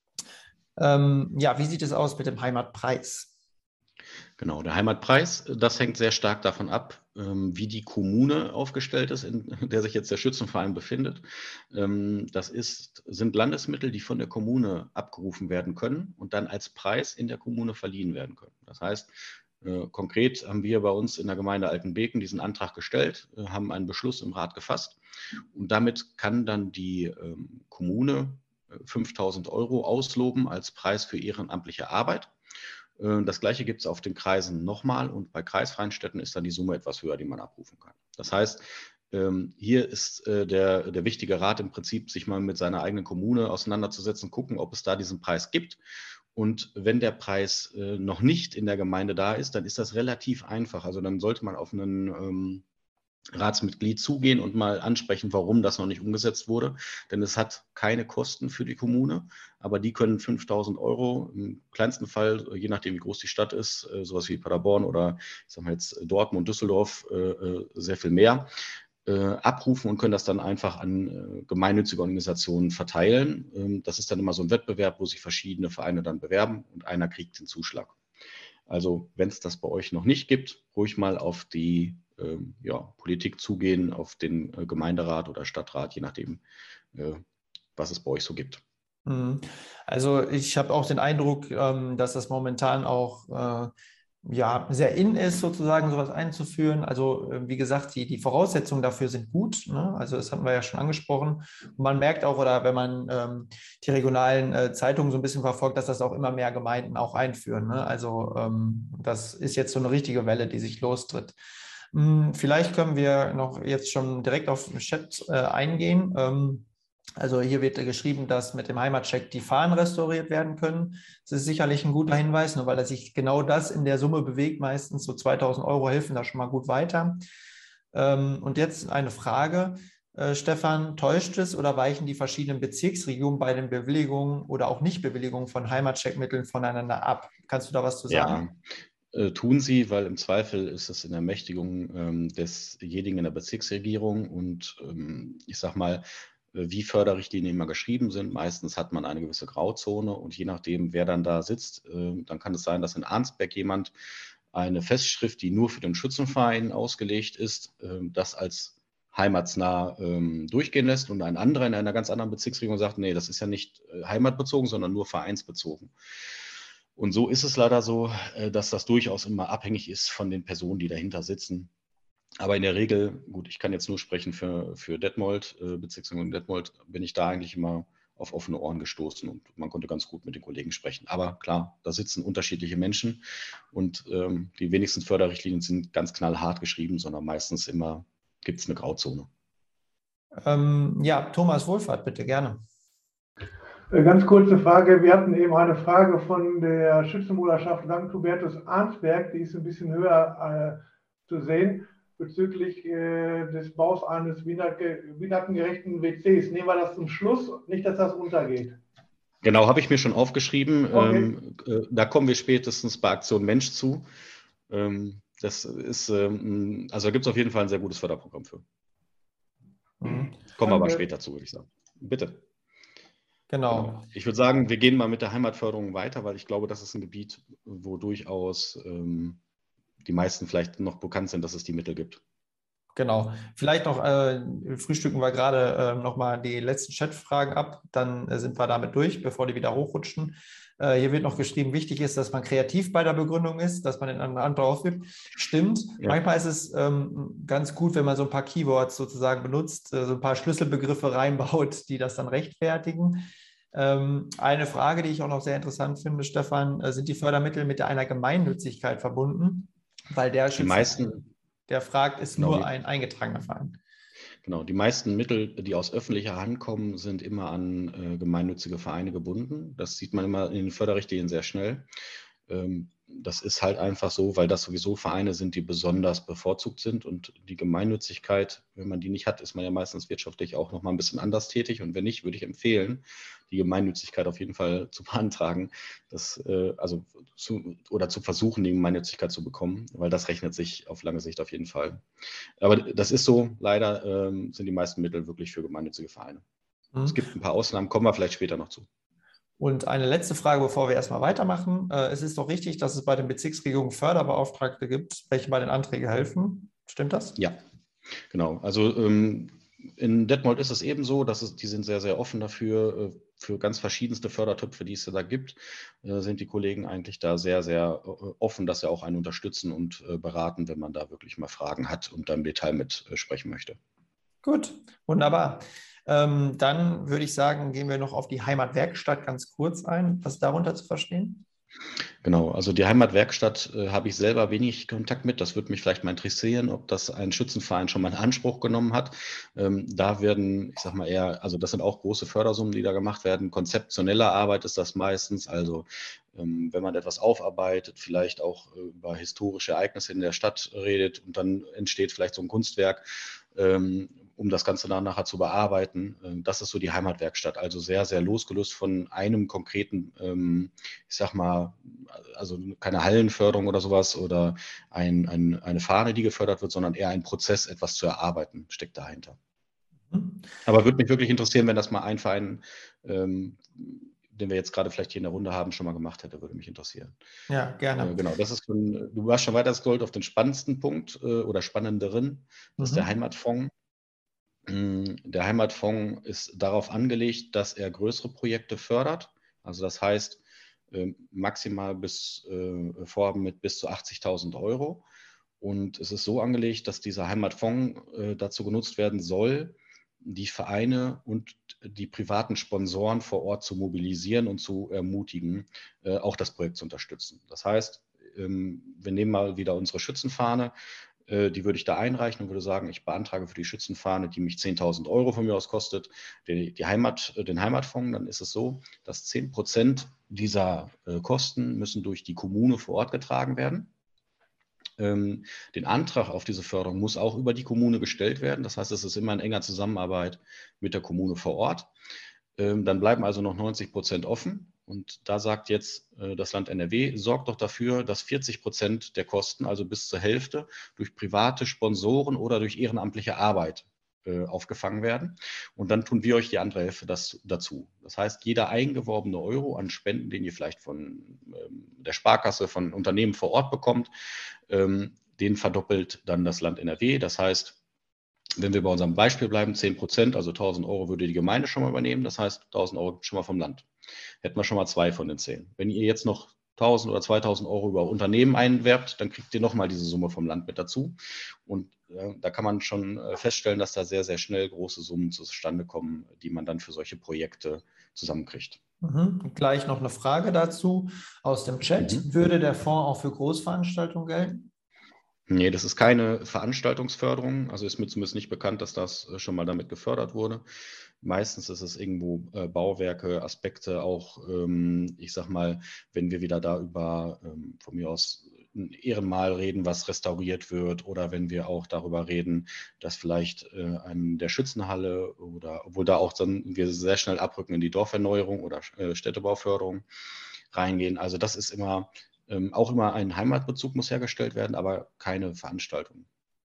Ähm, ja, wie sieht es aus mit dem Heimatpreis? Genau, der Heimatpreis, das hängt sehr stark davon ab, wie die Kommune aufgestellt ist, in der sich jetzt der Schützenverein befindet. Das ist, sind Landesmittel, die von der Kommune abgerufen werden können und dann als Preis in der Kommune verliehen werden können. Das heißt, konkret haben wir bei uns in der Gemeinde Altenbeken diesen Antrag gestellt, haben einen Beschluss im Rat gefasst und damit kann dann die Kommune fünftausend Euro ausloben als Preis für ehrenamtliche Arbeit. Das Gleiche gibt es auf den Kreisen nochmal und bei kreisfreien Städten ist dann die Summe etwas höher, die man abrufen kann. Das heißt, hier ist der, der wichtige Rat im Prinzip, sich mal mit seiner eigenen Kommune auseinanderzusetzen, gucken, ob es da diesen Preis gibt. Und wenn der Preis noch nicht in der Gemeinde da ist, dann ist das relativ einfach. Also dann sollte man auf einen ähm, Ratsmitglied zugehen und mal ansprechen, warum das noch nicht umgesetzt wurde. Denn es hat keine Kosten für die Kommune, aber die können fünftausend Euro im kleinsten Fall, je nachdem wie groß die Stadt ist, sowas wie Paderborn oder ich sag mal jetzt Dortmund, Düsseldorf, sehr viel mehr, abrufen und können das dann einfach an gemeinnützige Organisationen verteilen. Das ist dann immer so ein Wettbewerb, wo sich verschiedene Vereine dann bewerben und einer kriegt den Zuschlag. Also wenn es das bei euch noch nicht gibt, ruhig mal auf die ähm, ja, Politik zugehen, auf den äh, Gemeinderat oder Stadtrat, je nachdem, äh, was es bei euch so gibt. Also ich habe auch den Eindruck, ähm, dass das momentan auch äh, ja, sehr in ist, sozusagen sowas einzuführen. Also wie gesagt, die, die Voraussetzungen dafür sind gut. Ne? Also das hatten wir ja schon angesprochen. Und man merkt auch, oder wenn man ähm, die regionalen äh, Zeitungen so ein bisschen verfolgt, dass das auch immer mehr Gemeinden auch einführen. Ne? Also ähm, das ist jetzt so eine richtige Welle, die sich lostritt. Hm, vielleicht können wir noch jetzt schon direkt auf den Chat äh, eingehen. Ähm, Also hier wird geschrieben, dass mit dem Heimatcheck die Fahnen restauriert werden können. Das ist sicherlich ein guter Hinweis, nur weil er sich genau das in der Summe bewegt. Meistens so zweitausend Euro helfen da schon mal gut weiter. Und jetzt eine Frage, Stefan, täuscht es oder weichen die verschiedenen Bezirksregionen bei den Bewilligungen oder auch Nichtbewilligungen von Heimatcheckmitteln voneinander ab? Kannst du da was zu sagen? Ja. Tun sie, weil im Zweifel ist es in der Ermächtigung ähm, desjenigen in der Bezirksregierung und ähm, ich sag mal, wie Förderrichtlinien immer geschrieben sind. Meistens hat man eine gewisse Grauzone und je nachdem, wer dann da sitzt, äh, dann kann es sein, dass in Arnsberg jemand eine Festschrift, die nur für den Schützenverein ausgelegt ist, äh, das als heimatsnah ähm, durchgehen lässt und ein anderer in einer ganz anderen Bezirksregierung sagt, nee, das ist ja nicht äh, heimatbezogen, sondern nur vereinsbezogen. Und so ist es leider so, äh, dass das durchaus immer abhängig ist von den Personen, die dahinter sitzen. Aber in der Regel, gut, ich kann jetzt nur sprechen für, für Detmold, äh, Bezirksregierung Detmold, bin ich da eigentlich immer auf offene Ohren gestoßen und man konnte ganz gut mit den Kollegen sprechen. Aber klar, da sitzen unterschiedliche Menschen und ähm, die wenigsten Förderrichtlinien sind ganz knallhart geschrieben, sondern meistens immer gibt es eine Grauzone. Ähm, ja, Thomas Wohlfahrt, bitte gerne. Ganz kurze Frage. Wir hatten eben eine Frage von der Schützenbruderschaft Sankt Hubertus Arnsberg, die ist ein bisschen höher äh, zu sehen, bezüglich äh, des Baus eines behindertengerechten W Cs. Nehmen wir das zum Schluss, nicht, dass das untergeht. Genau, habe ich mir schon aufgeschrieben. Okay. Ähm, äh, da kommen wir spätestens bei Aktion Mensch zu. Ähm, das ist, ähm, also da gibt es auf jeden Fall ein sehr gutes Förderprogramm für. Mhm. Kommen wir aber später zu, würde ich sagen. Bitte. Genau. Genau. Ich würde sagen, wir gehen mal mit der Heimatförderung weiter, weil ich glaube, das ist ein Gebiet, wo durchaus ähm, die meisten vielleicht noch bekannt sind, dass es die Mittel gibt. Genau. Vielleicht noch, äh, frühstücken wir gerade äh, nochmal die letzten Chatfragen ab, dann äh, sind wir damit durch, bevor die wieder hochrutschen. Äh, hier wird noch geschrieben, wichtig ist, dass man kreativ bei der Begründung ist, dass man den anderen Antwort aufgibt. Stimmt. Ja. Manchmal ist es ähm, ganz gut, wenn man so ein paar Keywords sozusagen benutzt, äh, so ein paar Schlüsselbegriffe reinbaut, die das dann rechtfertigen. Ähm, eine Frage, die ich auch noch sehr interessant finde, Stefan, äh, sind die Fördermittel mit einer Gemeinnützigkeit verbunden? Weil der die meisten der fragt, ist genau, nur die, ein eingetragener Verein. Genau, die meisten Mittel, die aus öffentlicher Hand kommen, sind immer an äh, gemeinnützige Vereine gebunden. Das sieht man immer in den Förderrichtlinien sehr schnell. Ähm, das ist halt einfach so, weil das sowieso Vereine sind, die besonders bevorzugt sind, und die Gemeinnützigkeit, wenn man die nicht hat, ist man ja meistens wirtschaftlich auch noch mal ein bisschen anders tätig, und wenn nicht, würde ich empfehlen, die Gemeinnützigkeit auf jeden Fall zu beantragen, das, äh, also zu, oder zu versuchen, die Gemeinnützigkeit zu bekommen, weil das rechnet sich auf lange Sicht auf jeden Fall. Aber das ist so, leider ähm, sind die meisten Mittel wirklich für gemeinnützige Vereine. Mhm. Es gibt ein paar Ausnahmen, kommen wir vielleicht später noch zu. Und eine letzte Frage, bevor wir erstmal weitermachen. Äh, es ist doch richtig, dass es bei den Bezirksregierungen Förderbeauftragte gibt, welche bei den Anträgen helfen. Stimmt das? Ja, genau. Also ähm, in Detmold ist es ebenso, dass es, die sind sehr, sehr offen dafür, äh, für ganz verschiedenste Fördertöpfe, die es da gibt, äh, sind die Kollegen eigentlich da sehr, sehr äh, offen, dass sie auch einen unterstützen und äh, beraten, wenn man da wirklich mal Fragen hat und da im Detail mit äh, sprechen möchte. Gut, wunderbar. Ähm, dann würde ich sagen, gehen wir noch auf die Heimatwerkstatt ganz kurz ein. Was ist darunter zu verstehen? Genau, also die Heimatwerkstatt äh, habe ich selber wenig Kontakt mit. Das würde mich vielleicht mal interessieren, ob das ein Schützenverein schon mal in Anspruch genommen hat. Ähm, da werden, ich sage mal eher, also das sind auch große Fördersummen, die da gemacht werden. Konzeptionelle Arbeit ist das meistens. Also ähm, wenn man etwas aufarbeitet, vielleicht auch äh, über historische Ereignisse in der Stadt redet, und dann entsteht vielleicht so ein Kunstwerk, ähm, um das Ganze dann nachher zu bearbeiten. Das ist so die Heimatwerkstatt, also sehr, sehr losgelöst von einem konkreten, ähm, ich sag mal, also keine Hallenförderung oder sowas oder ein, ein, eine Fahne, die gefördert wird, sondern eher ein Prozess, etwas zu erarbeiten, steckt dahinter. Mhm. Aber würde mich wirklich interessieren, wenn das mal ein Verein, ähm, den wir jetzt gerade vielleicht hier in der Runde haben, schon mal gemacht hätte, würde mich interessieren. Ja, gerne. Äh, genau, das ist schon, du warst schon weiter scrollt auf den spannendsten Punkt äh, oder spannenderen, das mhm. ist der Heimatfonds. Der Heimatfonds ist darauf angelegt, dass er größere Projekte fördert. Also das heißt, maximal bis äh, Vorhaben mit bis zu achtzigtausend Euro. Und es ist so angelegt, dass dieser Heimatfonds äh, dazu genutzt werden soll, die Vereine und die privaten Sponsoren vor Ort zu mobilisieren und zu ermutigen, äh, auch das Projekt zu unterstützen. Das heißt, ähm, wir nehmen mal wieder unsere Schützenfahne. Die würde ich da einreichen und würde sagen, ich beantrage für die Schützenfahne, die mich zehntausend Euro von mir aus kostet, die, die Heimat, den Heimatfonds. Dann ist es so, dass zehn Prozent dieser äh, Kosten müssen durch die Kommune vor Ort getragen werden. Ähm, den Antrag auf diese Förderung muss auch über die Kommune gestellt werden. Das heißt, es ist immer in enger Zusammenarbeit mit der Kommune vor Ort. Ähm, dann bleiben also noch neunzig Prozent offen. Und da sagt jetzt äh, das Land N R W, sorgt doch dafür, dass vierzig Prozent der Kosten, also bis zur Hälfte, durch private Sponsoren oder durch ehrenamtliche Arbeit äh, aufgefangen werden. Und dann tun wir euch die andere Hälfte das, dazu. Das heißt, jeder eingeworbene Euro an Spenden, den ihr vielleicht von ähm, der Sparkasse, von Unternehmen vor Ort bekommt, ähm, den verdoppelt dann das Land N R W. Das heißt, wenn wir bei unserem Beispiel bleiben, zehn Prozent, also tausend Euro würde die Gemeinde schon mal übernehmen. Das heißt, tausend Euro schon mal vom Land. Hätten wir schon mal zwei von den zehn. Wenn ihr jetzt noch tausend oder zweitausend Euro über Unternehmen einwerbt, dann kriegt ihr nochmal diese Summe vom Land mit dazu. Und äh, da kann man schon äh, feststellen, dass da sehr, sehr schnell große Summen zustande kommen, die man dann für solche Projekte zusammenkriegt. Mhm. Gleich noch eine Frage dazu aus dem Chat. Mhm. Würde der Fonds auch für Großveranstaltungen gelten? Nee, das ist keine Veranstaltungsförderung. Also ist mir zumindest nicht bekannt, dass das schon mal damit gefördert wurde. Meistens ist es irgendwo äh, Bauwerke, Aspekte, auch, ähm, ich sag mal, wenn wir wieder da über ähm, von mir aus ein Ehrenmal reden, was restauriert wird, oder wenn wir auch darüber reden, dass vielleicht äh, an der Schützenhalle oder obwohl da auch dann wir sehr schnell abrücken in die Dorferneuerung oder äh, Städtebauförderung reingehen. Also das ist immer ähm, auch immer ein Heimatbezug muss hergestellt werden, aber keine Veranstaltung.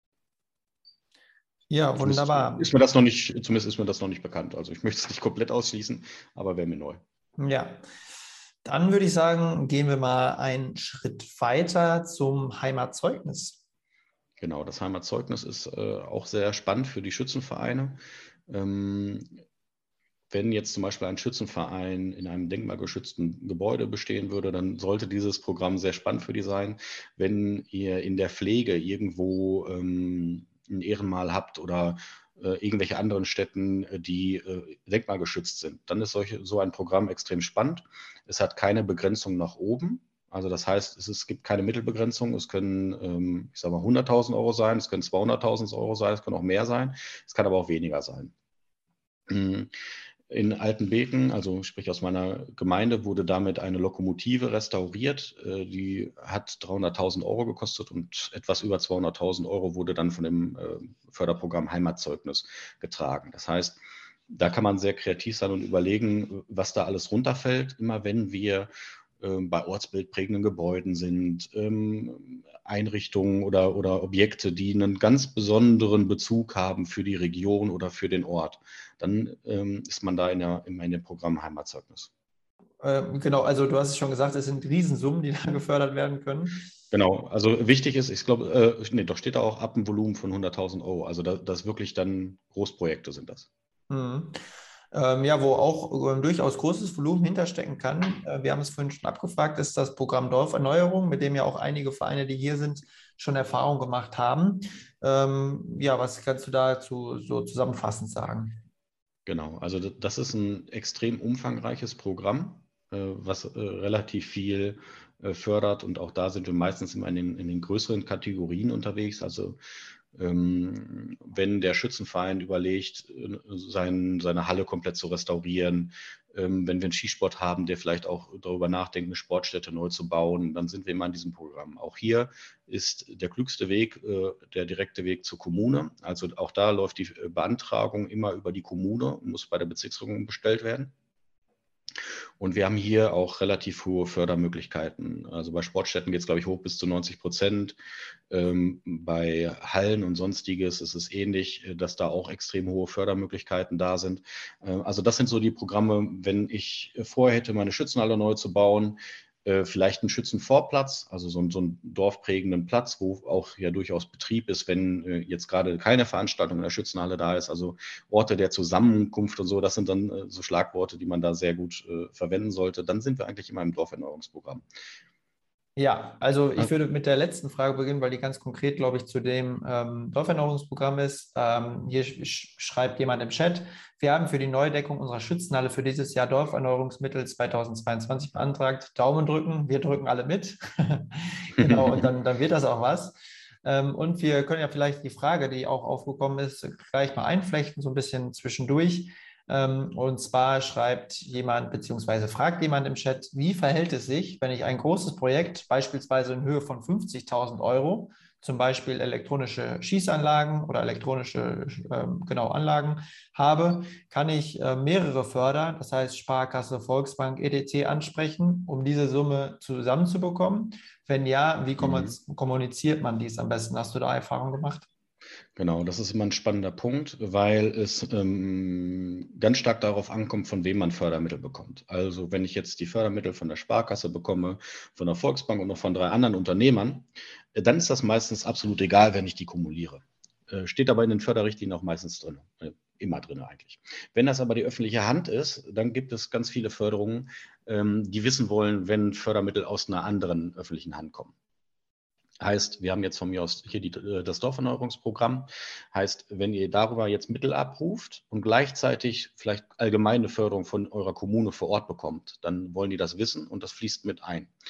Ja, Zumindest wunderbar. ist mir das noch nicht, zumindest ist mir das noch nicht bekannt. Also ich möchte es nicht komplett ausschließen, aber wäre mir neu. Ja, dann würde ich sagen, gehen wir mal einen Schritt weiter zum Heimatzeugnis. Genau, das Heimatzeugnis ist äh, auch sehr spannend für die Schützenvereine. Ähm, wenn jetzt zum Beispiel ein Schützenverein in einem denkmalgeschützten Gebäude bestehen würde, dann sollte dieses Programm sehr spannend für die sein. Wenn ihr in der Pflege irgendwo ähm, ein Ehrenmal habt oder äh, irgendwelche anderen Städten, die äh, denkmalgeschützt sind, dann ist solche, so ein Programm extrem spannend. Es hat keine Begrenzung nach oben. Also das heißt, es, es gibt keine Mittelbegrenzung. Es können, ähm, ich sage mal, hunderttausend Euro sein, es können zweihunderttausend Euro sein, es können auch mehr sein, es kann aber auch weniger sein. In Altenbeken, also sprich aus meiner Gemeinde, wurde damit eine Lokomotive restauriert. Die hat dreihunderttausend Euro gekostet und etwas über zweihunderttausend Euro wurde dann von dem Förderprogramm Heimatzeugnis getragen. Das heißt, da kann man sehr kreativ sein und überlegen, was da alles runterfällt. Immer wenn wir bei ortsbildprägenden Gebäuden sind, Einrichtungen oder, oder Objekte, die einen ganz besonderen Bezug haben für die Region oder für den Ort, dann ähm, ist man da in, der, in dem Programm Heimatzeugnis. Ähm, genau, also du hast es schon gesagt, es sind Riesensummen, die da gefördert werden können. Genau, also wichtig ist, ich glaube, äh, nee, doch steht da auch ab einem Volumen von hunderttausend Euro. Also da, das wirklich dann Großprojekte sind das. Mhm. Ähm, ja, wo auch ähm, durchaus großes Volumen hinterstecken kann. Äh, wir haben es vorhin schon abgefragt, ist das Programm Dorferneuerung, mit dem ja auch einige Vereine, die hier sind, schon Erfahrung gemacht haben. Ähm, ja, was kannst du dazu so zusammenfassend sagen? Genau, also das ist ein extrem umfangreiches Programm, äh, was äh, relativ viel äh, fördert, und auch da sind wir meistens immer in den, in den größeren Kategorien unterwegs. Also ähm, wenn der Schützenverein überlegt, äh, sein, seine Halle komplett zu restaurieren, ähm, wenn wir einen Skisport haben, der vielleicht auch darüber nachdenkt, eine Sportstätte neu zu bauen, dann sind wir immer in diesem Programm. Auch hier ist der klügste Weg äh, der direkte Weg zur Kommune. Also auch da läuft die Beantragung immer über die Kommune und muss bei der Bezirksregierung bestellt werden. Und wir haben hier auch relativ hohe Fördermöglichkeiten. Also bei Sportstätten geht es, glaube ich, hoch bis zu neunzig Prozent. Ähm, bei Hallen und Sonstiges ist es ähnlich, dass da auch extrem hohe Fördermöglichkeiten da sind. Äh, also das sind so die Programme, wenn ich vorhätte, meine Schützenhalle neu zu bauen, äh, vielleicht einen Schützenvorplatz, also so, so einen dorfprägenden Platz, wo auch ja durchaus Betrieb ist, wenn äh, jetzt gerade keine Veranstaltung in der Schützenhalle da ist. Also Orte der Zusammenkunft und so, das sind dann äh, so Schlagworte, die man da sehr gut äh, verwenden sollte. Dann sind wir eigentlich immer im Dorferneuerungsprogramm. Ja, also ich würde mit der letzten Frage beginnen, weil die ganz konkret, glaube ich, zu dem ähm, Dorferneuerungsprogramm ist. Ähm, hier sch schreibt jemand im Chat, wir haben für die Neudeckung unserer Schützenhalle für dieses Jahr Dorferneuerungsmittel zweitausendzweiundzwanzig beantragt. Daumen drücken, wir drücken alle mit. Genau, und dann, dann wird das auch was. Ähm, und wir können ja vielleicht die Frage, die auch aufgekommen ist, gleich mal einflechten, so ein bisschen zwischendurch. Und zwar schreibt jemand beziehungsweise fragt jemand im Chat, wie verhält es sich, wenn ich ein großes Projekt, beispielsweise in Höhe von fünfzigtausend Euro, zum Beispiel elektronische Schießanlagen oder elektronische ähm, genau, Anlagen habe, kann ich äh, mehrere Förder, das heißt Sparkasse, Volksbank, et cetera ansprechen, um diese Summe zusammenzubekommen? Wenn ja, wie kommuniziert man dies am besten? Hast du da Erfahrung gemacht? Genau, das ist immer ein spannender Punkt, weil es ähm, ganz stark darauf ankommt, von wem man Fördermittel bekommt. Also wenn ich jetzt die Fördermittel von der Sparkasse bekomme, von der Volksbank und noch von drei anderen Unternehmern, äh, dann ist das meistens absolut egal, wenn ich die kumuliere. Äh, steht aber in den Förderrichtlinien auch meistens drin, äh, immer drin eigentlich. Wenn das aber die öffentliche Hand ist, dann gibt es ganz viele Förderungen, ähm, die wissen wollen, wenn Fördermittel aus einer anderen öffentlichen Hand kommen. Heißt, wir haben jetzt von mir aus hier die, das Dorferneuerungsprogramm. Heißt, wenn ihr darüber jetzt Mittel abruft und gleichzeitig vielleicht allgemeine Förderung von eurer Kommune vor Ort bekommt, dann wollen die das wissen und das fließt mit ein.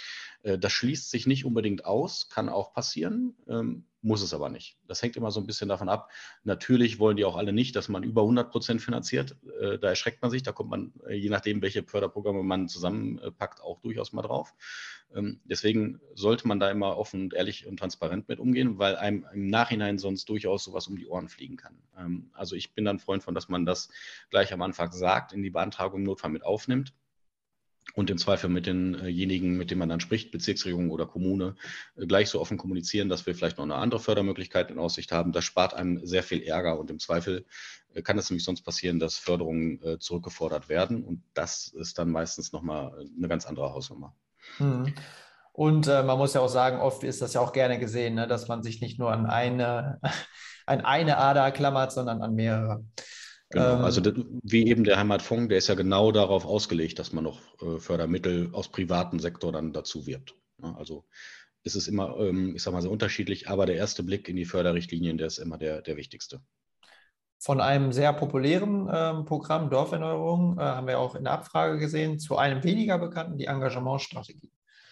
Äh, das schließt sich nicht unbedingt aus, kann auch passieren, ähm, muss es aber nicht. Das hängt immer so ein bisschen davon ab. Natürlich wollen die auch alle nicht, dass man über hundert Prozent finanziert. Äh, da erschreckt man sich, da kommt man, äh, je nachdem, welche Förderprogramme man zusammenpackt, auch durchaus mal drauf. Ähm, deswegen sollte man da immer offen und ehrlich und transparent mit umgehen, weil einem im Nachhinein sonst durchaus sowas um die Ohren fliegen kann. Ähm, also ich bin dann Freund von, dass man das gleich am Anfang sagt, in die Beantragung im Notfall mit aufnimmt. Und im Zweifel mit denjenigen, mit denen man dann spricht, Bezirksregierung oder Kommune, gleich so offen kommunizieren, dass wir vielleicht noch eine andere Fördermöglichkeit in Aussicht haben. Das spart einem sehr viel Ärger und im Zweifel kann es nämlich sonst passieren, dass Förderungen zurückgefordert werden und das ist dann meistens nochmal eine ganz andere Hausnummer. Mhm. Und äh, man muss ja auch sagen, oft ist das ja auch gerne gesehen, ne, dass man sich nicht nur an eine, an eine Ader klammert, sondern an mehrere. Genau, also Ähm, das, wie eben der Heimatfonds, der ist ja genau darauf ausgelegt, dass man noch äh, Fördermittel aus privatem Sektor dann dazu wirbt. Ja, also ist es immer, ähm, ich sag mal, sehr unterschiedlich, aber der erste Blick in die Förderrichtlinien, der ist immer der, der wichtigste. Von einem sehr populären ähm, Programm Dorferneuerung äh, haben wir auch in der Abfrage gesehen, zu einem weniger bekannten, die Engagementstrategie.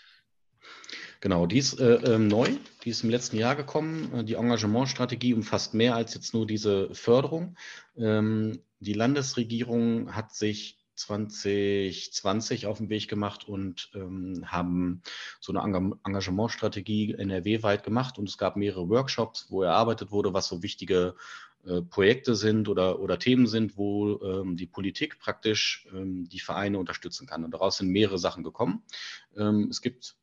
Genau, die ist äh, äh, neu, die ist im letzten Jahr gekommen. Die Engagementstrategie umfasst mehr als jetzt nur diese Förderung. Ähm, die Landesregierung hat sich zwanzig zwanzig auf den Weg gemacht und ähm, haben so eine Engag- Engagementstrategie N R W-weit gemacht und es gab mehrere Workshops, wo erarbeitet wurde, was so wichtige äh, Projekte sind oder, oder Themen sind, wo ähm, die Politik praktisch ähm, die Vereine unterstützen kann. Und daraus sind mehrere Sachen gekommen. Ähm, es gibt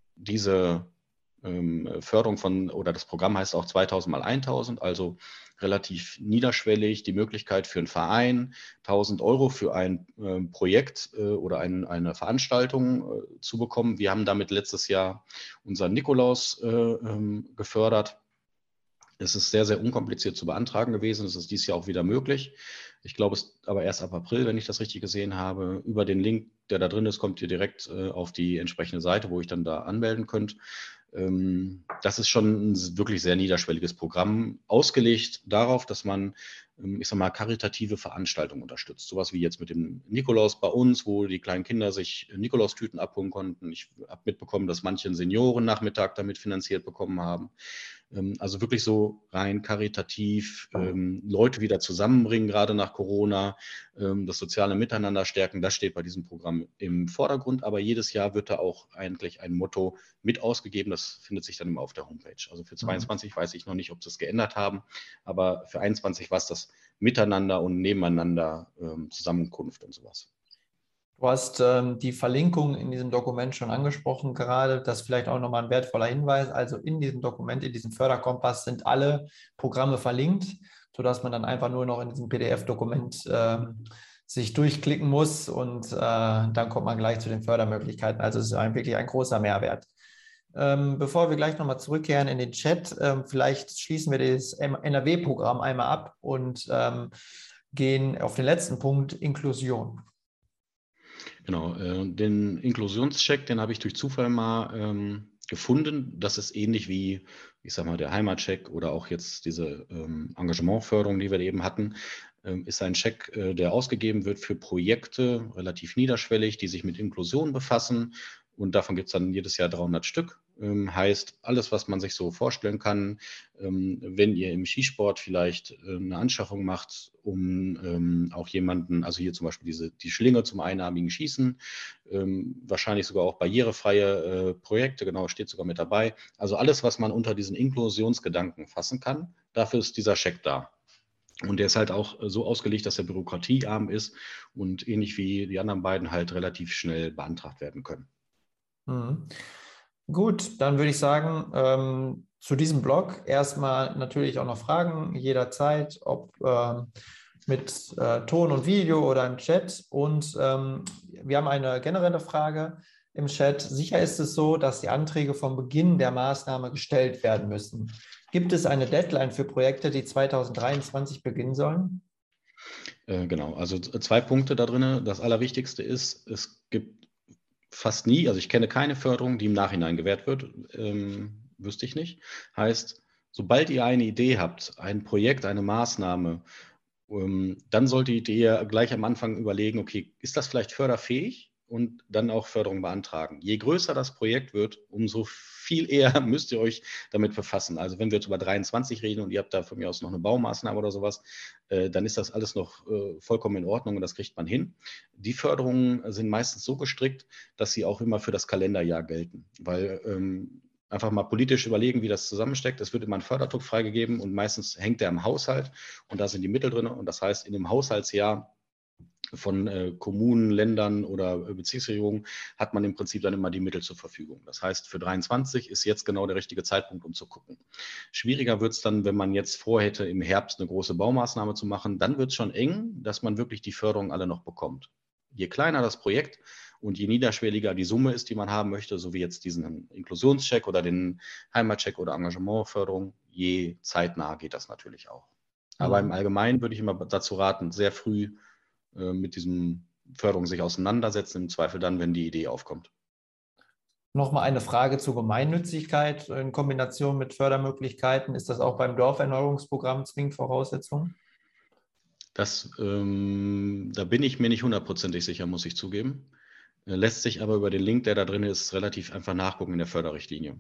diese ähm, Förderung von, oder das Programm heißt auch zweitausend mal tausend, also relativ niederschwellig, die Möglichkeit für einen Verein, tausend Euro für ein äh, Projekt äh, oder ein, eine Veranstaltung äh, zu bekommen. Wir haben damit letztes Jahr unseren Nikolaus äh, ähm, gefördert. Es ist sehr, sehr unkompliziert zu beantragen gewesen. Es ist dieses Jahr auch wieder möglich. Ich glaube, es ist aber erst ab April, wenn ich das richtig gesehen habe. Über den Link, der da drin ist, kommt ihr direkt äh, auf die entsprechende Seite, wo ich dann da anmelden könnt. Ähm, das ist schon ein wirklich sehr niederschwelliges Programm, ausgelegt darauf, dass man, ähm, ich sag mal, karitative Veranstaltungen unterstützt. Sowas wie jetzt mit dem Nikolaus bei uns, wo die kleinen Kinder sich Nikolaustüten abholen konnten. Ich habe mitbekommen, dass manche einen Seniorennachmittag damit finanziert bekommen haben. Also wirklich so rein karitativ, ähm, Leute wieder zusammenbringen, gerade nach Corona, ähm, das soziale Miteinander stärken, das steht bei diesem Programm im Vordergrund. Aber jedes Jahr wird da auch eigentlich ein Motto mit ausgegeben, das findet sich dann immer auf der Homepage. Also für zweiundzwanzig weiß ich noch nicht, ob sie es geändert haben, aber für einundzwanzig war es das Miteinander und Nebeneinander, ähm, Zusammenkunft und sowas. Du hast ähm, die Verlinkung in diesem Dokument schon angesprochen gerade. Das ist vielleicht auch nochmal ein wertvoller Hinweis. Also in diesem Dokument, in diesem Förderkompass sind alle Programme verlinkt, sodass man dann einfach nur noch in diesem P D F-Dokument ähm, sich durchklicken muss und äh, dann kommt man gleich zu den Fördermöglichkeiten. Also es ist ein, wirklich ein großer Mehrwert. Ähm, bevor wir gleich nochmal zurückkehren in den Chat, ähm, vielleicht schließen wir das N R W-Programm einmal ab und ähm, gehen auf den letzten Punkt, Inklusion. Genau, äh, den Inklusionscheck, den habe ich durch Zufall mal ähm, gefunden. Das ist ähnlich wie, ich sag mal, der Heimatcheck oder auch jetzt diese ähm, Engagementförderung, die wir eben hatten, ähm, ist ein Check, äh, der ausgegeben wird für Projekte, relativ niederschwellig, die sich mit Inklusion befassen. Und davon gibt es dann jedes Jahr dreihundert Stück. Ähm, heißt, alles, was man sich so vorstellen kann, ähm, wenn ihr im Skisport vielleicht äh, eine Anschaffung macht, um ähm, auch jemanden, also hier zum Beispiel diese, die Schlinge zum einarmigen Schießen, ähm, wahrscheinlich sogar auch barrierefreie äh, Projekte, genau, steht sogar mit dabei. Also alles, was man unter diesen Inklusionsgedanken fassen kann, dafür ist dieser Scheck da. Und der ist halt auch so ausgelegt, dass er bürokratiearm ist und ähnlich wie die anderen beiden halt relativ schnell beantragt werden können. Mhm. Gut, dann würde ich sagen, ähm, zu diesem Blog erstmal natürlich auch noch Fragen jederzeit, ob ähm, mit äh, Ton und Video oder im Chat. Und ähm, wir haben eine generelle Frage im Chat. Sicher ist es so, dass die Anträge vom Beginn der Maßnahme gestellt werden müssen. Gibt es eine Deadline für Projekte, die zweitausenddreiundzwanzig beginnen sollen? Äh, genau, also zwei Punkte da drin. Das Allerwichtigste ist, es gibt fast nie, also ich kenne keine Förderung, die im Nachhinein gewährt wird, ähm, wüsste ich nicht. Heißt, sobald ihr eine Idee habt, ein Projekt, eine Maßnahme, ähm, dann solltet ihr gleich am Anfang überlegen, okay, ist das vielleicht förderfähig? und dann auch Förderung beantragen. Je größer das Projekt wird, umso viel eher müsst ihr euch damit befassen. Also wenn wir jetzt über dreiundzwanzig reden und ihr habt da von mir aus noch eine Baumaßnahme oder sowas, äh, dann ist das alles noch äh, vollkommen in Ordnung und das kriegt man hin. Die Förderungen sind meistens so gestrickt, dass sie auch immer für das Kalenderjahr gelten, weil ähm, einfach mal politisch überlegen, wie das zusammensteckt. Es wird immer ein Förderdruck freigegeben und meistens hängt der im Haushalt und da sind die Mittel drin und das heißt, in dem Haushaltsjahr von äh, Kommunen, Ländern oder äh, Bezirksregierungen hat man im Prinzip dann immer die Mittel zur Verfügung. Das heißt, für dreiundzwanzig ist jetzt genau der richtige Zeitpunkt, um zu gucken. Schwieriger wird es dann, wenn man jetzt vorhätte, im Herbst eine große Baumaßnahme zu machen. Dann wird es schon eng, dass man wirklich die Förderung alle noch bekommt. Je kleiner das Projekt und je niederschwelliger die Summe ist, die man haben möchte, so wie jetzt diesen Inklusionscheck oder den Heimatcheck oder Engagementförderung, je zeitnah geht das natürlich auch. Aber im Allgemeinen würde ich immer dazu raten, sehr früh mit diesem Förderung sich auseinandersetzen, im Zweifel dann, wenn die Idee aufkommt. Nochmal eine Frage zur Gemeinnützigkeit in Kombination mit Fördermöglichkeiten. Ist das auch beim Dorferneuerungsprogramm zwingend Voraussetzung? Das, ähm, da bin ich mir nicht hundertprozentig sicher, muss ich zugeben. Lässt sich aber über den Link, der da drin ist, relativ einfach nachgucken in der Förderrichtlinie.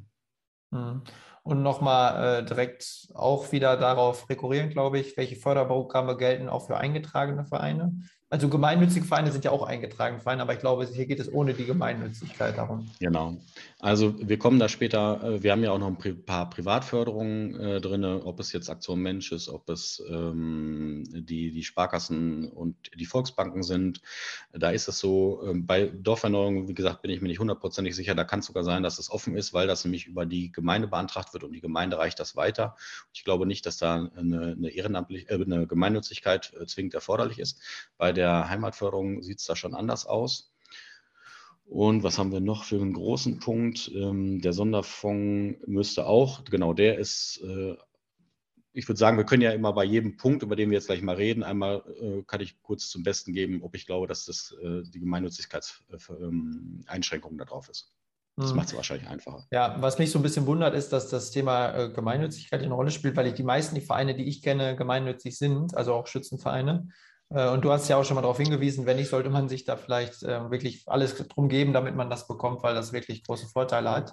Und nochmal äh, direkt auch wieder darauf rekurrieren, glaube ich, welche Förderprogramme gelten auch für eingetragene Vereine? Also gemeinnützige Vereine sind ja auch eingetragene Vereine, aber ich glaube, hier geht es ohne die Gemeinnützigkeit darum. Genau. Also wir kommen da später, wir haben ja auch noch ein paar Privatförderungen äh, drin, ob es jetzt Aktion Mensch ist, ob es ähm, die, die Sparkassen und die Volksbanken sind. Da ist es so, äh, bei Dorferneuerung, wie gesagt, bin ich mir nicht hundertprozentig sicher, da kann es sogar sein, dass es offen ist, weil das nämlich über die Gemeinde beantragt wird und die Gemeinde reicht das weiter. Ich glaube nicht, dass da eine, eine, ehrenamtliche, äh, eine Gemeinnützigkeit äh, zwingend erforderlich ist. Bei der Heimatförderung sieht es da schon anders aus. Und was haben wir noch für einen großen Punkt? Ähm, der Sonderfonds müsste auch, genau, der ist, äh, ich würde sagen, wir können ja immer bei jedem Punkt, über den wir jetzt gleich mal reden, einmal äh, kann ich kurz zum Besten geben, ob ich glaube, dass das äh, die Gemeinnützigkeitseinschränkung äh, da drauf ist. Das macht es wahrscheinlich einfacher. Ja, was mich so ein bisschen wundert, ist, dass das Thema äh, Gemeinnützigkeit eine Rolle spielt, weil ich die meisten die Vereine, die ich kenne, gemeinnützig sind, also auch Schützenvereine. Äh, und du hast ja auch schon mal darauf hingewiesen, wenn nicht, sollte man sich da vielleicht äh, wirklich alles drum geben, damit man das bekommt, weil das wirklich große Vorteile hat.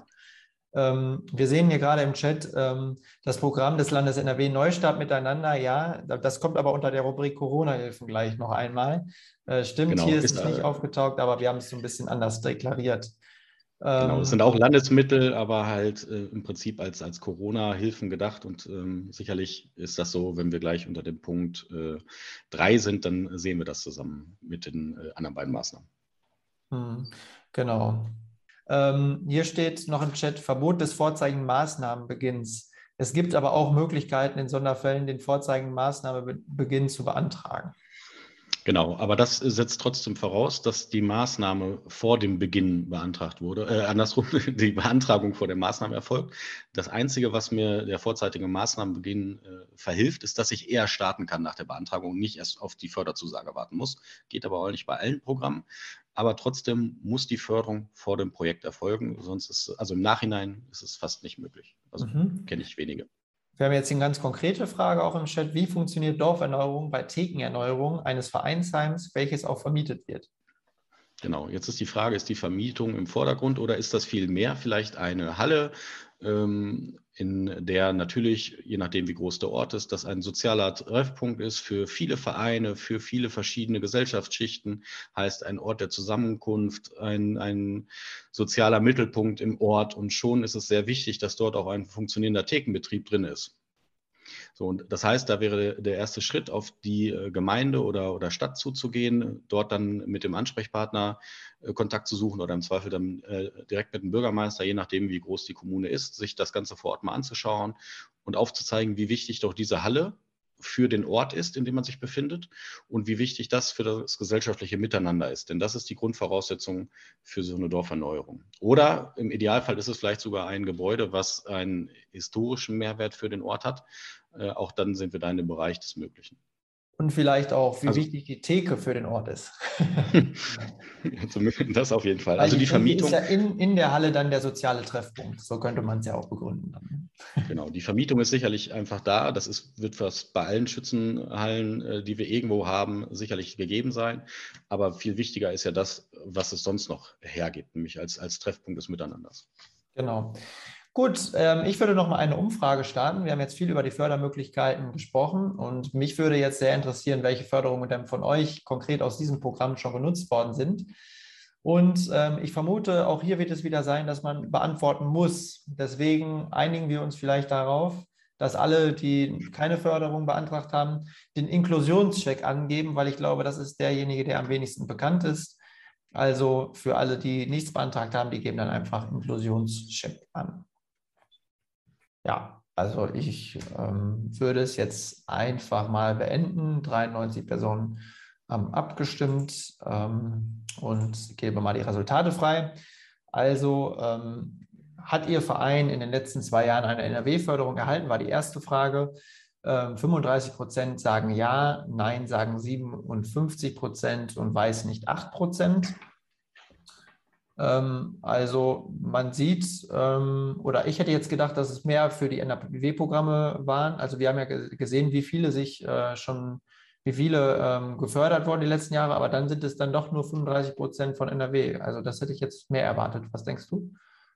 Ähm, wir sehen hier gerade im Chat ähm, das Programm des Landes N R W Neustart miteinander. Ja, das kommt aber unter der Rubrik Corona-Hilfen gleich noch einmal. Äh, stimmt, genau, hier ist, ist es nicht äh, aufgetaucht, aber wir haben es so ein bisschen anders deklariert. Genau, es sind auch Landesmittel, aber halt äh, im Prinzip als, als Corona-Hilfen gedacht und ähm, sicherlich ist das so, wenn wir gleich unter dem Punkt äh, drei sind, dann sehen wir das zusammen mit den äh, anderen beiden Maßnahmen. Hm, genau. Ähm, hier steht noch im Chat Verbot des vorzeigenden Maßnahmenbeginns. Es gibt aber auch Möglichkeiten, in Sonderfällen den vorzeigenden Maßnahmenbeginn zu beantragen. Genau, aber das setzt trotzdem voraus, dass die Maßnahme vor dem Beginn beantragt wurde, äh, andersrum, die Beantragung vor der Maßnahme erfolgt. Das Einzige, was mir der vorzeitige Maßnahmenbeginn äh, verhilft, ist, dass ich eher starten kann nach der Beantragung und nicht erst auf die Förderzusage warten muss. Geht aber auch nicht bei allen Programmen. Aber trotzdem muss die Förderung vor dem Projekt erfolgen, sonst ist, also im Nachhinein ist es fast nicht möglich. Also mhm. kenne ich wenige. Wir haben jetzt eine ganz konkrete Frage auch im Chat. Wie funktioniert Dorferneuerung bei Thekenerneuerung eines Vereinsheims, welches auch vermietet wird? Genau, jetzt ist die Frage, ist die Vermietung im Vordergrund oder ist das vielmehr vielleicht eine Halle, ähm, in der natürlich, je nachdem wie groß der Ort ist, das ein sozialer Treffpunkt ist für viele Vereine, für viele verschiedene Gesellschaftsschichten, heißt ein Ort der Zusammenkunft, ein, ein sozialer Mittelpunkt im Ort und schon ist es sehr wichtig, dass dort auch ein funktionierender Thekenbetrieb drin ist. So, und das heißt, da wäre der erste Schritt, auf die Gemeinde oder, oder Stadt zuzugehen, dort dann mit dem Ansprechpartner äh, Kontakt zu suchen oder im Zweifel dann äh, direkt mit dem Bürgermeister, je nachdem, wie groß die Kommune ist, sich das Ganze vor Ort mal anzuschauen und aufzuzeigen, wie wichtig doch diese Halle für den Ort ist, in dem man sich befindet und wie wichtig das für das gesellschaftliche Miteinander ist. Denn das ist die Grundvoraussetzung für so eine Dorferneuerung. Oder im Idealfall ist es vielleicht sogar ein Gebäude, was einen historischen Mehrwert für den Ort hat. Äh, auch dann sind wir da in dem Bereich des Möglichen. Und vielleicht auch, wie Also, wichtig die Theke für den Ort ist. das auf jeden Fall. Weil Also die die Theke ist Vermietung, ja in, in der Halle dann der soziale Treffpunkt. So könnte man es ja auch begründen. Dann. genau, die Vermietung ist sicherlich einfach da. Das ist, wird fast bei allen Schützenhallen, äh, die wir irgendwo haben, sicherlich gegeben sein. Aber viel wichtiger ist ja das, was es sonst noch hergibt, nämlich als, als Treffpunkt des Miteinanders. Genau. Gut, ähm, ich würde noch mal eine Umfrage starten. Wir haben jetzt viel über die Fördermöglichkeiten gesprochen und mich würde jetzt sehr interessieren, welche Förderungen denn von euch konkret aus diesem Programm schon genutzt worden sind. Und ähm, ich vermute, auch hier wird es wieder sein, dass man beantworten muss. Deswegen einigen wir uns vielleicht darauf, dass alle, die keine Förderung beantragt haben, den Inklusionscheck angeben, weil ich glaube, das ist derjenige, der am wenigsten bekannt ist. Also für alle, die nichts beantragt haben, die geben dann einfach Inklusionscheck an. Ja, also ich ähm, würde es jetzt einfach mal beenden. dreiundneunzig Personen haben abgestimmt ähm, und gebe mal die Resultate frei. Also ähm, hat Ihr Verein in den letzten zwei Jahren eine N R W-Förderung erhalten, war die erste Frage. Ähm, fünfunddreißig Prozent sagen ja, nein sagen siebenundfünfzig Prozent und weiß nicht acht Prozent. Also man sieht, oder ich hätte jetzt gedacht, dass es mehr für die N R W-Programme waren. Also wir haben ja gesehen, wie viele sich schon, wie viele gefördert wurden die letzten Jahre, aber dann sind es dann doch nur fünfunddreißig Prozent von N R W. Also das hätte ich jetzt mehr erwartet. Was denkst du?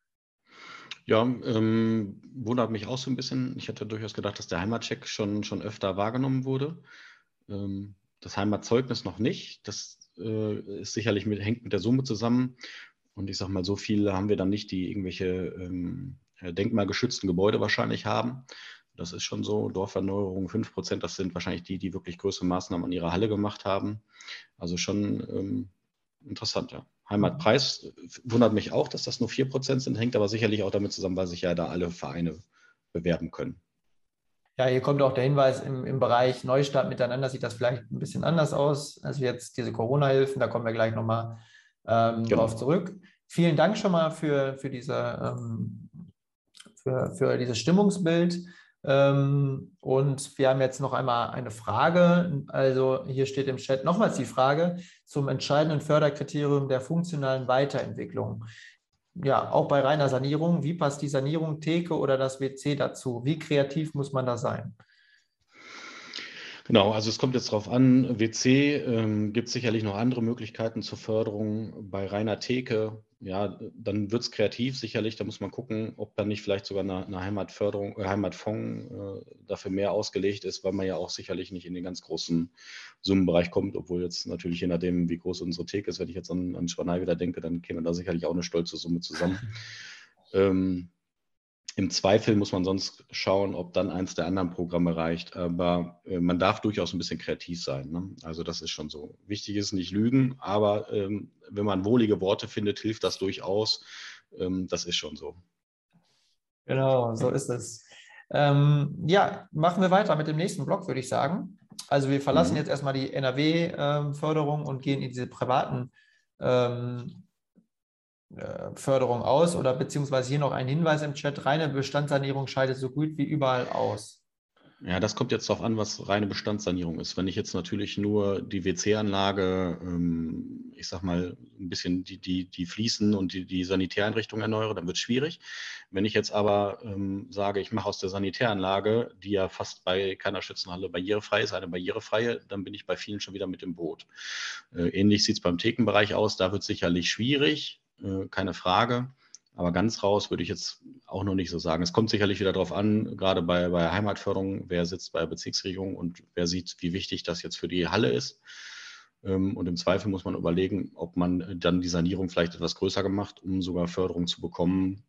Ja, ähm, wundert mich auch so ein bisschen. Ich hätte durchaus gedacht, dass der Heimatcheck schon, schon öfter wahrgenommen wurde. Ähm, das Heimatzeugnis noch nicht. Das äh, ist sicherlich mit, hängt mit der Summe zusammen. Und ich sage mal, so viele haben wir dann nicht, die irgendwelche ähm, denkmalgeschützten Gebäude wahrscheinlich haben. Das ist schon so. Dorferneuerung fünf Prozent, das sind wahrscheinlich die, die wirklich größere Maßnahmen an ihrer Halle gemacht haben. Also schon ähm, interessant, ja. Heimatpreis wundert mich auch, dass das nur vier Prozent sind, hängt aber sicherlich auch damit zusammen, weil sich ja da alle Vereine bewerben können. Ja, hier kommt auch der Hinweis, im, im Bereich Neustart miteinander sieht das vielleicht ein bisschen anders aus. Also jetzt diese Corona-Hilfen, da kommen wir gleich nochmal ähm, Genau. drauf zurück. Vielen Dank schon mal für, für, diese, ähm, für, für dieses Stimmungsbild. Ähm, und wir haben jetzt noch einmal eine Frage. Also hier steht im Chat nochmals die Frage zum entscheidenden Förderkriterium der funktionalen Weiterentwicklung. Ja, auch bei reiner Sanierung. Wie passt die Sanierung, Theke oder das W C dazu? Wie kreativ muss man da sein? Genau, also es kommt jetzt drauf an, W C ähm, gibt es sicherlich noch andere Möglichkeiten zur Förderung. Bei reiner Theke, ja, dann wird es kreativ sicherlich. Da muss man gucken, ob dann nicht vielleicht sogar eine, eine Heimatförderung, äh, Heimatfonds äh, dafür mehr ausgelegt ist, weil man ja auch sicherlich nicht in den ganz großen Summenbereich kommt, obwohl jetzt natürlich je nachdem, wie groß unsere Theke ist, wenn ich jetzt an, an Schwanei wieder denke, dann käme da sicherlich auch eine stolze Summe zusammen. ähm, Im Zweifel muss man sonst schauen, ob dann eins der anderen Programme reicht. Aber äh, man darf durchaus ein bisschen kreativ sein. Ne? Also das ist schon so. Wichtig ist nicht lügen, aber ähm, wenn man wohlige Worte findet, hilft das durchaus. Ähm, das ist schon so. Genau, so ist es. Ähm, ja, machen wir weiter mit dem nächsten Block, würde ich sagen. Also wir verlassen Mhm. jetzt erstmal die N R W-Förderung und gehen in diese privaten ähm, Förderung aus oder beziehungsweise hier noch ein Hinweis im Chat, reine Bestandssanierung scheidet so gut wie überall aus. Ja, das kommt jetzt darauf an, was reine Bestandssanierung ist. Wenn ich jetzt natürlich nur die W C-Anlage, ähm, ich sag mal, ein bisschen die, die, die Fliesen und die, die Sanitäreinrichtung erneuere, dann wird es schwierig. Wenn ich jetzt aber ähm, sage, ich mache aus der Sanitäranlage, die ja fast bei keiner Schützenhalle barrierefrei ist, eine barrierefreie, dann bin ich bei vielen schon wieder mit im Boot. Äh, ähnlich sieht es beim Thekenbereich aus, da wird es sicherlich schwierig, äh, keine Frage. Aber ganz raus würde ich jetzt auch noch nicht so sagen. Es kommt sicherlich wieder darauf an, gerade bei, bei Heimatförderung, wer sitzt bei der Bezirksregierung und wer sieht, wie wichtig das jetzt für die Halle ist. Und im Zweifel muss man überlegen, ob man dann die Sanierung vielleicht etwas größer gemacht, um sogar Förderung zu bekommen,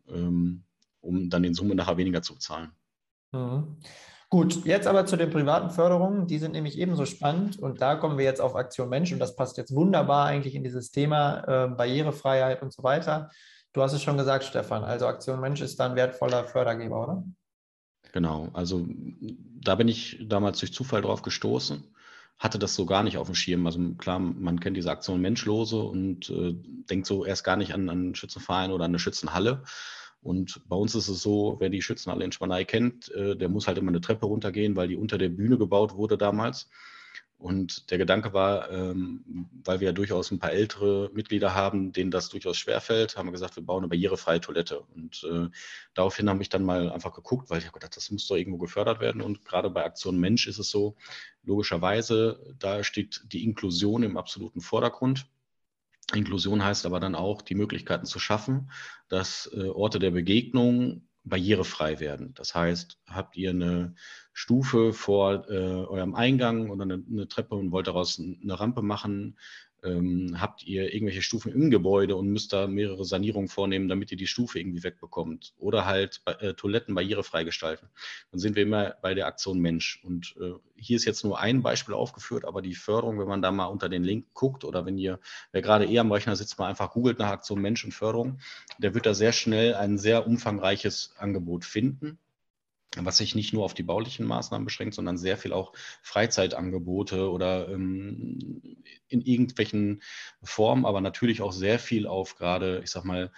um dann in Summe nachher weniger zu bezahlen. Mhm. Gut, jetzt aber zu den privaten Förderungen. Die sind nämlich ebenso spannend und da kommen wir jetzt auf Aktion Mensch und das passt jetzt wunderbar eigentlich in dieses Thema äh, Barrierefreiheit und so weiter. Du hast es schon gesagt, Stefan, also Aktion Mensch ist da ein wertvoller Fördergeber, oder? Genau, also da bin ich damals durch Zufall drauf gestoßen, hatte das so gar nicht auf dem Schirm. Also klar, man kennt diese Aktion Menschlose und äh, denkt so erst gar nicht an, an einen Schützenverein oder an eine Schützenhalle. Und bei uns ist es so, wer die Schützenhalle in Schwanei kennt, äh, der muss halt immer eine Treppe runtergehen, weil die unter der Bühne gebaut wurde damals. Und der Gedanke war, ähm, weil wir ja durchaus ein paar ältere Mitglieder haben, denen das durchaus schwerfällt, haben wir gesagt, wir bauen eine barrierefreie Toilette. Und äh, daraufhin habe ich dann mal einfach geguckt, weil ich habe gedacht, das muss doch irgendwo gefördert werden. Und gerade bei Aktion Mensch ist es so, logischerweise, da steht die Inklusion im absoluten Vordergrund. Inklusion heißt aber dann auch, die Möglichkeiten zu schaffen, dass äh, Orte der Begegnung barrierefrei werden. Das heißt, habt ihr eine Stufe vor äh, eurem Eingang oder eine, eine Treppe und wollt daraus eine Rampe machen, ähm, habt ihr irgendwelche Stufen im Gebäude und müsst da mehrere Sanierungen vornehmen, damit ihr die Stufe irgendwie wegbekommt oder halt äh, Toiletten barrierefrei gestalten. Dann sind wir immer bei der Aktion Mensch. Und äh, hier ist jetzt nur ein Beispiel aufgeführt, aber die Förderung, wenn man da mal unter den Link guckt oder wenn ihr, wer gerade eher am Rechner sitzt, mal einfach googelt nach Aktion Mensch und Förderung, der wird da sehr schnell ein sehr umfangreiches Angebot finden, was sich nicht nur auf die baulichen Maßnahmen beschränkt, sondern sehr viel auch Freizeitangebote oder ähm, in irgendwelchen Formen, aber natürlich auch sehr viel auf gerade, ich sag mal,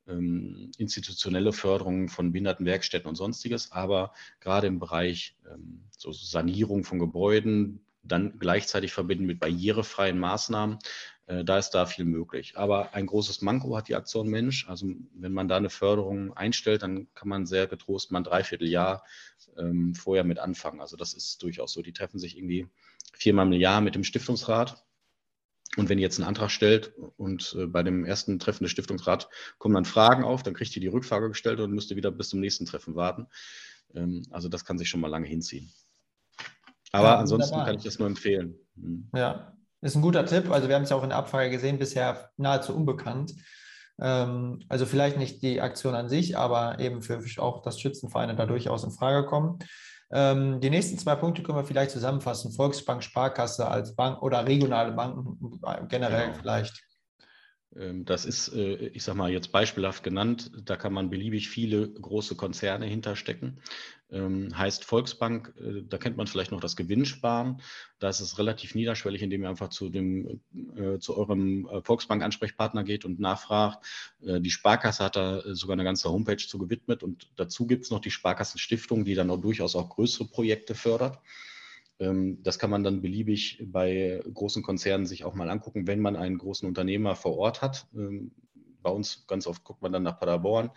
ähm, institutionelle Förderung von Behindertenwerkstätten und Sonstiges, aber gerade im Bereich ähm, so Sanierung von Gebäuden, dann gleichzeitig verbinden mit barrierefreien Maßnahmen, äh, da ist da viel möglich. Aber ein großes Manko hat die Aktion Mensch. Also wenn man da eine Förderung einstellt, dann kann man sehr getrost mal ein Dreivierteljahr ähm, vorher mit anfangen. Also das ist durchaus so. Die treffen sich irgendwie viermal im Jahr mit dem Stiftungsrat. Und wenn ihr jetzt einen Antrag stellt und äh, bei dem ersten Treffen des Stiftungsrats kommen dann Fragen auf, dann kriegt ihr die Rückfrage gestellt und müsst ihr wieder bis zum nächsten Treffen warten. Ähm, also das kann sich schon mal lange hinziehen. Aber ja, ansonsten wunderbar. Kann ich das nur empfehlen. Hm. Ja, ist ein guter Tipp. Also wir haben es ja auch in der Abfrage gesehen, bisher nahezu unbekannt. Ähm, also vielleicht nicht die Aktion an sich, aber eben für auch, dass Schützenvereine da durchaus in Frage kommen. Ähm, die nächsten zwei Punkte können wir vielleicht zusammenfassen. Volksbank, Sparkasse als Bank oder regionale Banken generell genau. Vielleicht. Das ist, ich sage mal, jetzt beispielhaft genannt, da kann man beliebig viele große Konzerne hinterstecken. Heißt Volksbank, da kennt man vielleicht noch das Gewinnsparen. Da ist es relativ niederschwellig, indem ihr einfach zu, dem, zu eurem Volksbank-Ansprechpartner geht und nachfragt. Die Sparkasse hat da sogar eine ganze Homepage zu gewidmet und dazu gibt es noch die Sparkassenstiftung, die dann auch durchaus auch größere Projekte fördert. Das kann man dann beliebig bei großen Konzernen sich auch mal angucken, wenn man einen großen Unternehmer vor Ort hat. Bei uns ganz oft guckt man dann nach Paderborn.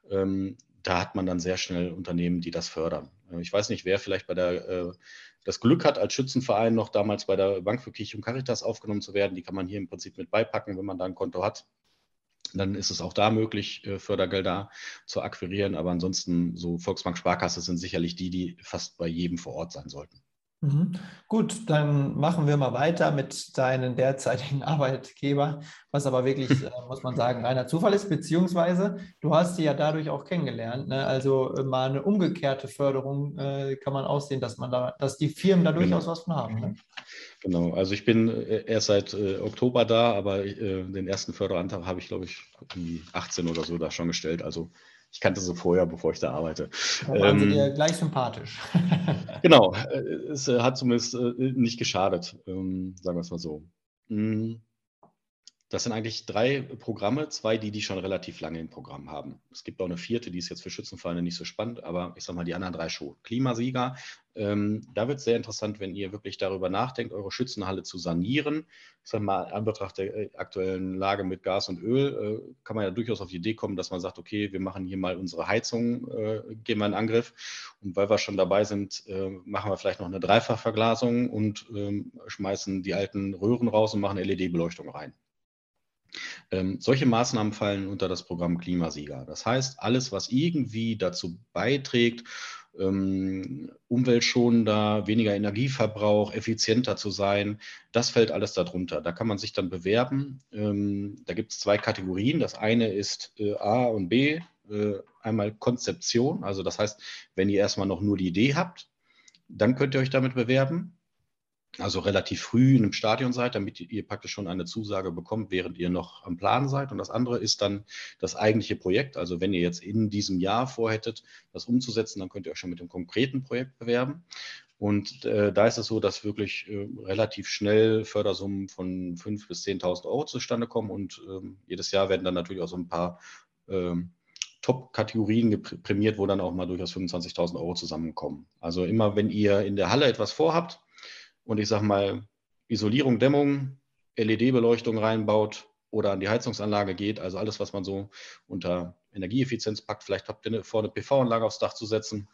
Da hat man dann sehr schnell Unternehmen, die das fördern. Ich weiß nicht, wer vielleicht bei der, das Glück hat, als Schützenverein noch damals bei der Bank für Kirche und Caritas aufgenommen zu werden. Die kann man hier im Prinzip mit beipacken, wenn man da ein Konto hat. Dann ist es auch da möglich, Fördergelder zu akquirieren. Aber ansonsten so Volksbank, Sparkasse sind sicherlich die, die fast bei jedem vor Ort sein sollten. Mhm. Gut, dann machen wir mal weiter mit deinen derzeitigen Arbeitgeber, was aber wirklich, äh, muss man sagen, reiner Zufall ist, beziehungsweise du hast sie ja dadurch auch kennengelernt. Ne? Also äh, mal eine umgekehrte Förderung äh, kann man aussehen, dass man da, dass die Firmen da durchaus genau. was von haben. Ne? Genau, also ich bin erst seit äh, Oktober da, aber äh, den ersten Förderantrag habe ich, glaube ich, achtzehn oder so da schon gestellt. Also ich kannte sie vorher, bevor ich da arbeite. Da waren ähm, sie dir gleich sympathisch. Genau, es hat zumindest nicht geschadet, ähm, sagen wir es mal so. Das sind eigentlich drei Programme, zwei, die die schon relativ lange im Programm haben. Es gibt auch eine vierte, die ist jetzt für Schützenvereine nicht so spannend, aber ich sage mal, die anderen drei schon. Klimasieger, ähm, da wird es sehr interessant, wenn ihr wirklich darüber nachdenkt, eure Schützenhalle zu sanieren. Ich sage mal, in Anbetracht der aktuellen Lage mit Gas und Öl äh, kann man ja durchaus auf die Idee kommen, dass man sagt, okay, wir machen hier mal unsere Heizung, äh, gehen wir in Angriff. Und weil wir schon dabei sind, äh, machen wir vielleicht noch eine Dreifachverglasung und äh, schmeißen die alten Röhren raus und machen L E D-Beleuchtung rein. Ähm, solche Maßnahmen fallen unter das Programm Klimasieger. Das heißt, alles, was irgendwie dazu beiträgt, ähm, umweltschonender, weniger Energieverbrauch, effizienter zu sein, das fällt alles darunter. Da kann man sich dann bewerben. Ähm, da gibt es zwei Kategorien. Das eine ist äh, A und B. Äh, einmal Konzeption, also das heißt, wenn ihr erstmal noch nur die Idee habt, dann könnt ihr euch damit bewerben. Also relativ früh in einem Stadion seid, damit ihr praktisch schon eine Zusage bekommt, während ihr noch am Plan seid. Und das andere ist dann das eigentliche Projekt. Also wenn ihr jetzt in diesem Jahr vorhättet, das umzusetzen, dann könnt ihr euch schon mit dem konkreten Projekt bewerben. Und äh, da ist es so, dass wirklich äh, relativ schnell Fördersummen von fünftausend bis zehntausend Euro zustande kommen. Und äh, jedes Jahr werden dann natürlich auch so ein paar äh, Top-Kategorien prämiert, wo dann auch mal durchaus fünfundzwanzigtausend Euro zusammenkommen. Also immer, wenn ihr in der Halle etwas vorhabt, und ich sage mal, Isolierung, Dämmung, L E D-Beleuchtung reinbaut oder an die Heizungsanlage geht, also alles, was man so unter Energieeffizienz packt, vielleicht habt ihr vor, eine P V-Anlage aufs Dach zu setzen,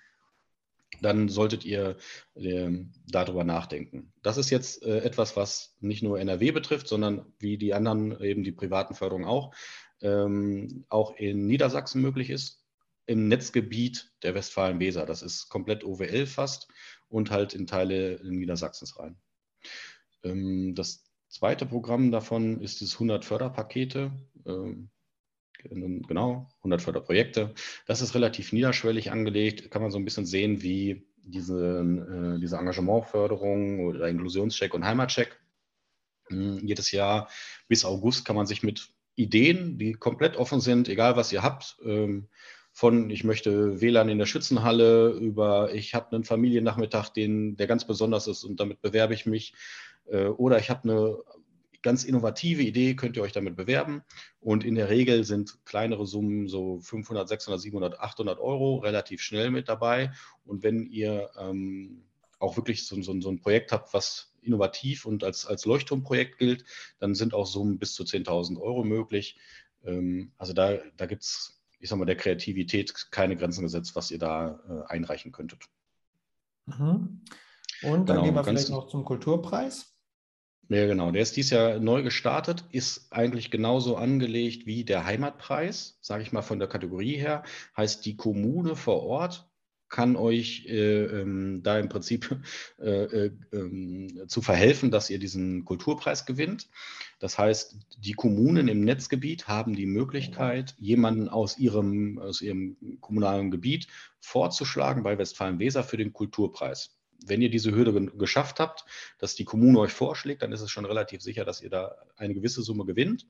dann solltet ihr äh, darüber nachdenken. Das ist jetzt äh, etwas, was nicht nur N R W betrifft, sondern wie die anderen, eben die privaten Förderungen auch, ähm, auch in Niedersachsen möglich ist, im Netzgebiet der Westfalen-Weser. Das ist komplett O W L fast und halt in Teile Niedersachsens rein. Ähm, das zweite Programm davon ist das hundert Förderpakete. Ähm, Genau, hundert Förderprojekte. Das ist relativ niederschwellig angelegt. Kann man so ein bisschen sehen, wie diese, äh, diese Engagementförderung oder Inklusionscheck und Heimatcheck. Äh, jedes Jahr bis August kann man sich mit Ideen, die komplett offen sind, egal was ihr habt, ähm, von ich möchte W L A N in der Schützenhalle über ich habe einen Familiennachmittag, den, der ganz besonders ist und damit bewerbe ich mich. Äh, oder ich habe eine ganz innovative Idee, könnt ihr euch damit bewerben. Und in der Regel sind kleinere Summen, so fünfhundert, sechshundert, siebenhundert, achthundert Euro, relativ schnell mit dabei. Und wenn ihr ähm, auch wirklich so, so, so ein Projekt habt, was innovativ und als, als Leuchtturmprojekt gilt, dann sind auch Summen bis zu zehntausend Euro möglich. Ähm, also da, da gibt es, ich sag mal, der Kreativität keine Grenzen gesetzt, was ihr da äh, einreichen könntet. Mhm. Und dann Genau, gehen wir ganz, vielleicht noch zum Kulturpreis. Ja, genau. Der ist dieses Jahr neu gestartet, ist eigentlich genauso angelegt wie der Heimatpreis, sage ich mal von der Kategorie her. Heißt, die Kommune vor Ort kann euch äh, ähm, da im Prinzip äh, äh, äh, zu verhelfen, dass ihr diesen Kulturpreis gewinnt. Das heißt, die Kommunen im Netzgebiet haben die Möglichkeit, jemanden aus ihrem, aus ihrem kommunalen Gebiet vorzuschlagen bei Westfalen-Weser für den Kulturpreis. Wenn ihr diese Hürde ge- geschafft habt, dass die Kommune euch vorschlägt, dann ist es schon relativ sicher, dass ihr da eine gewisse Summe gewinnt.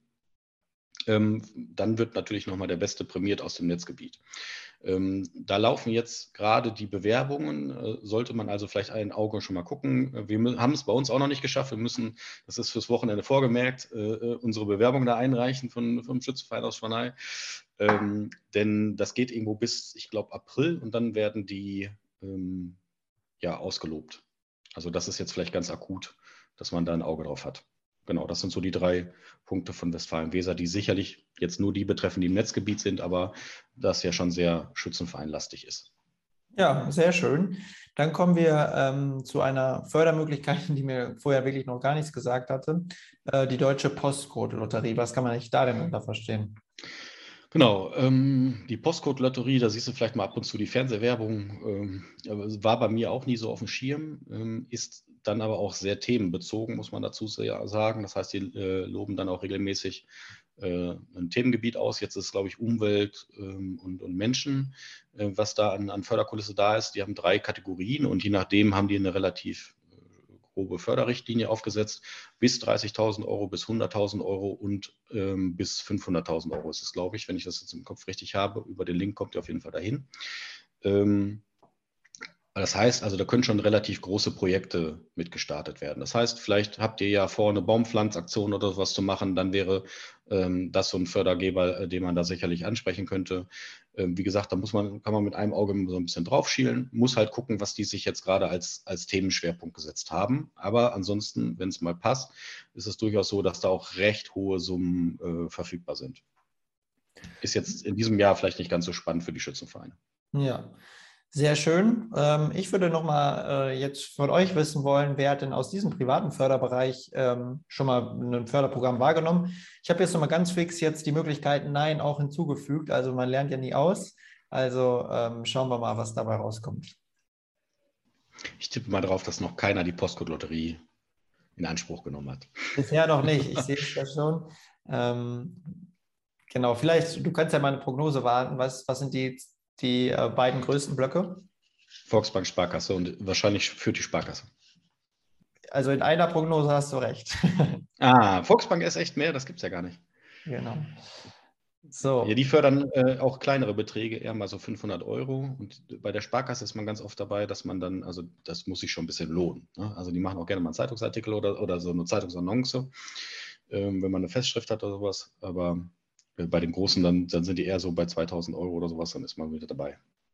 Ähm, dann wird natürlich nochmal der Beste prämiert aus dem Netzgebiet. Ähm, da laufen jetzt gerade die Bewerbungen, äh, sollte man also vielleicht ein Auge schon mal gucken. Wir mü- haben es bei uns auch noch nicht geschafft. Wir müssen, das ist fürs Wochenende vorgemerkt, äh, äh, unsere Bewerbung da einreichen von, vom Schützenverein aus Schwanei. Ähm, denn das geht irgendwo bis, ich glaube, April und dann werden die ähm, ja, ausgelobt. Also das ist jetzt vielleicht ganz akut, dass man da ein Auge drauf hat. Genau, das sind so die drei Punkte von Westfalen-Weser, die sicherlich jetzt nur die betreffen, die im Netzgebiet sind, aber das ja schon sehr schützenvereinlastig ist. Ja, sehr schön. Dann kommen wir ähm, zu einer Fördermöglichkeit, die mir vorher wirklich noch gar nichts gesagt hatte. Äh, die Deutsche Postcode-Lotterie. Was kann man nicht da denn unter verstehen? Genau, ähm, die Postcode-Lotterie, da siehst du vielleicht mal ab und zu die Fernsehwerbung, ähm, aber es war bei mir auch nie so auf dem Schirm, ähm, ist dann aber auch sehr themenbezogen, muss man dazu sehr sagen. Das heißt, die äh, loben dann auch regelmäßig äh, ein Themengebiet aus. Jetzt ist, glaube ich, Umwelt ähm, und, und Menschen, äh, was da an, an Förderkulisse da ist. Die haben drei Kategorien und je nachdem haben die eine relativ grobe Förderrichtlinie aufgesetzt, bis dreißigtausend Euro, bis hunderttausend Euro und ähm, bis fünfhunderttausend Euro ist es, glaube ich, wenn ich das jetzt im Kopf richtig habe. Über den Link kommt ihr auf jeden Fall dahin. Ähm, das heißt, also da können schon relativ große Projekte mit gestartet werden. Das heißt, vielleicht habt ihr ja vor, eine Baumpflanzaktion oder sowas zu machen, dann wäre ähm, das so ein Fördergeber, äh, den man da sicherlich ansprechen könnte. Ähm, wie gesagt, da muss man, kann man mit einem Auge so ein bisschen drauf schielen, muss halt gucken, was die sich jetzt gerade als, als Themenschwerpunkt gesetzt haben. Aber ansonsten, wenn es mal passt, ist es durchaus so, dass da auch recht hohe Summen äh, verfügbar sind. Ist jetzt in diesem Jahr vielleicht nicht ganz so spannend für die Schützenvereine. Ja, sehr schön. Ähm, ich würde nochmal äh, jetzt von euch wissen wollen, wer hat denn aus diesem privaten Förderbereich ähm, schon mal ein Förderprogramm wahrgenommen? Ich habe jetzt nochmal ganz fix jetzt die Möglichkeit Nein auch hinzugefügt. Also man lernt ja nie aus. Also ähm, schauen wir mal, was dabei rauskommt. Ich tippe mal drauf, dass noch keiner die Postcode-Lotterie in Anspruch genommen hat. Bisher noch nicht, ich sehe es ja schon. Ähm, genau, vielleicht, du kannst ja mal eine Prognose warten. Was, was sind die, die äh, beiden größten Blöcke? Volksbank, Sparkasse und wahrscheinlich führt die Sparkasse. Also in einer Prognose hast du recht. Ah, Volksbank ist echt mehr, das gibt es ja gar nicht. Genau. So. Ja, die fördern äh, auch kleinere Beträge, eher mal so fünfhundert Euro. Und bei der Sparkasse ist man ganz oft dabei, dass man dann, also das muss sich schon ein bisschen lohnen. Ne? Also die machen auch gerne mal einen Zeitungsartikel oder, oder so eine Zeitungsannonce, ähm, wenn man eine Festschrift hat oder sowas. Aber äh, bei den Großen, dann, dann sind die eher so bei zweitausend Euro oder sowas, dann ist man wieder dabei.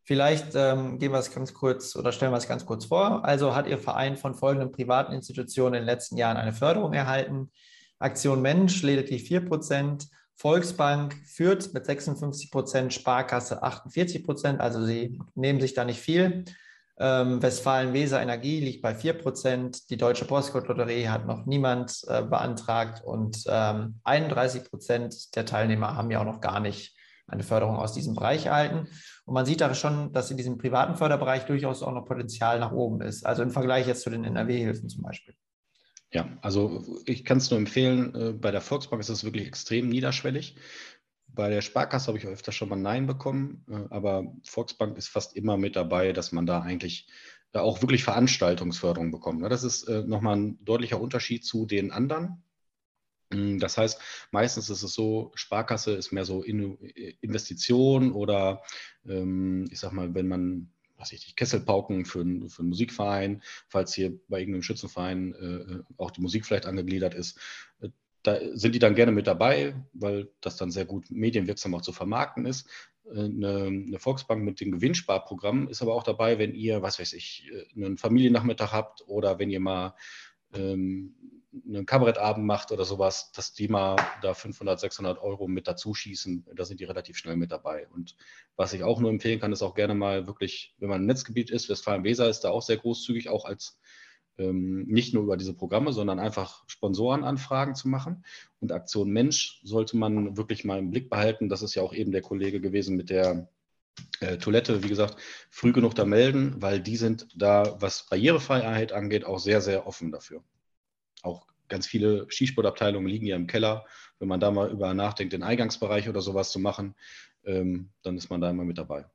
Vielleicht ähm, gehen wir es ganz kurz oder stellen wir es ganz kurz vor. Also hat Ihr Verein von folgenden privaten Institutionen in den letzten Jahren eine Förderung erhalten: Aktion Mensch lediglich vier Prozent, Volksbank führt mit sechsundfünfzig Prozent, Sparkasse achtundvierzig Prozent, also sie nehmen sich da nicht viel. Ähm, Westfalen-Weser Energie liegt bei vier Prozent, die Deutsche Postcode-Lotterie hat noch niemand äh, beantragt und ähm, einunddreißig Prozent der Teilnehmer haben ja auch noch gar nicht eine Förderung aus diesem Bereich erhalten. Und man sieht da schon, dass in diesem privaten Förderbereich durchaus auch noch Potenzial nach oben ist, also im Vergleich jetzt zu den N R W-Hilfen zum Beispiel. Ja, also ich kann es nur empfehlen, bei der Volksbank ist es wirklich extrem niederschwellig. Bei der Sparkasse habe ich öfter schon mal Nein bekommen, aber Volksbank ist fast immer mit dabei, dass man da eigentlich auch wirklich Veranstaltungsförderung bekommt. Das ist nochmal ein deutlicher Unterschied zu den anderen. Das heißt, meistens ist es so, Sparkasse ist mehr so Investition oder ich sag mal, wenn man was ich nicht, Kesselpauken für, für einen Musikverein, falls hier bei irgendeinem Schützenverein äh, auch die Musik vielleicht angegliedert ist. Äh, da sind die dann gerne mit dabei, weil das dann sehr gut medienwirksam auch zu vermarkten ist. Äh, eine, eine Volksbank mit dem Gewinnsparprogramm ist aber auch dabei, wenn ihr, was weiß ich, einen Familiennachmittag habt oder wenn ihr mal ähm, einen Kabarettabend macht oder sowas, dass die mal da fünfhundert, sechshundert Euro mit dazu schießen, da sind die relativ schnell mit dabei. Und was ich auch nur empfehlen kann, ist auch gerne mal wirklich, wenn man im Netzgebiet ist, Westfalen-Weser ist da auch sehr großzügig, auch als ähm, nicht nur über diese Programme, sondern einfach Sponsorenanfragen zu machen. Und Aktion Mensch sollte man wirklich mal im Blick behalten. Das ist ja auch eben der Kollege gewesen mit der Äh, Toilette, wie gesagt, früh genug da melden, weil die sind da, was Barrierefreiheit angeht, auch sehr, sehr offen dafür. Auch ganz viele Skisportabteilungen liegen ja im Keller. Wenn man da mal über nachdenkt, den Eingangsbereich oder sowas zu machen, ähm, dann ist man da immer mit dabei.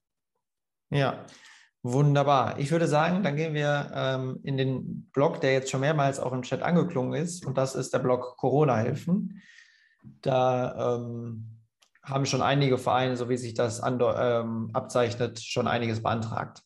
Ja, wunderbar. Ich würde sagen, dann gehen wir ähm, in den Blog, der jetzt schon mehrmals auch im Chat angeklungen ist, und das ist der Blog Corona-Hilfen. Da ähm, haben schon einige Vereine, so wie sich das ähm, abzeichnet, schon einiges beantragt.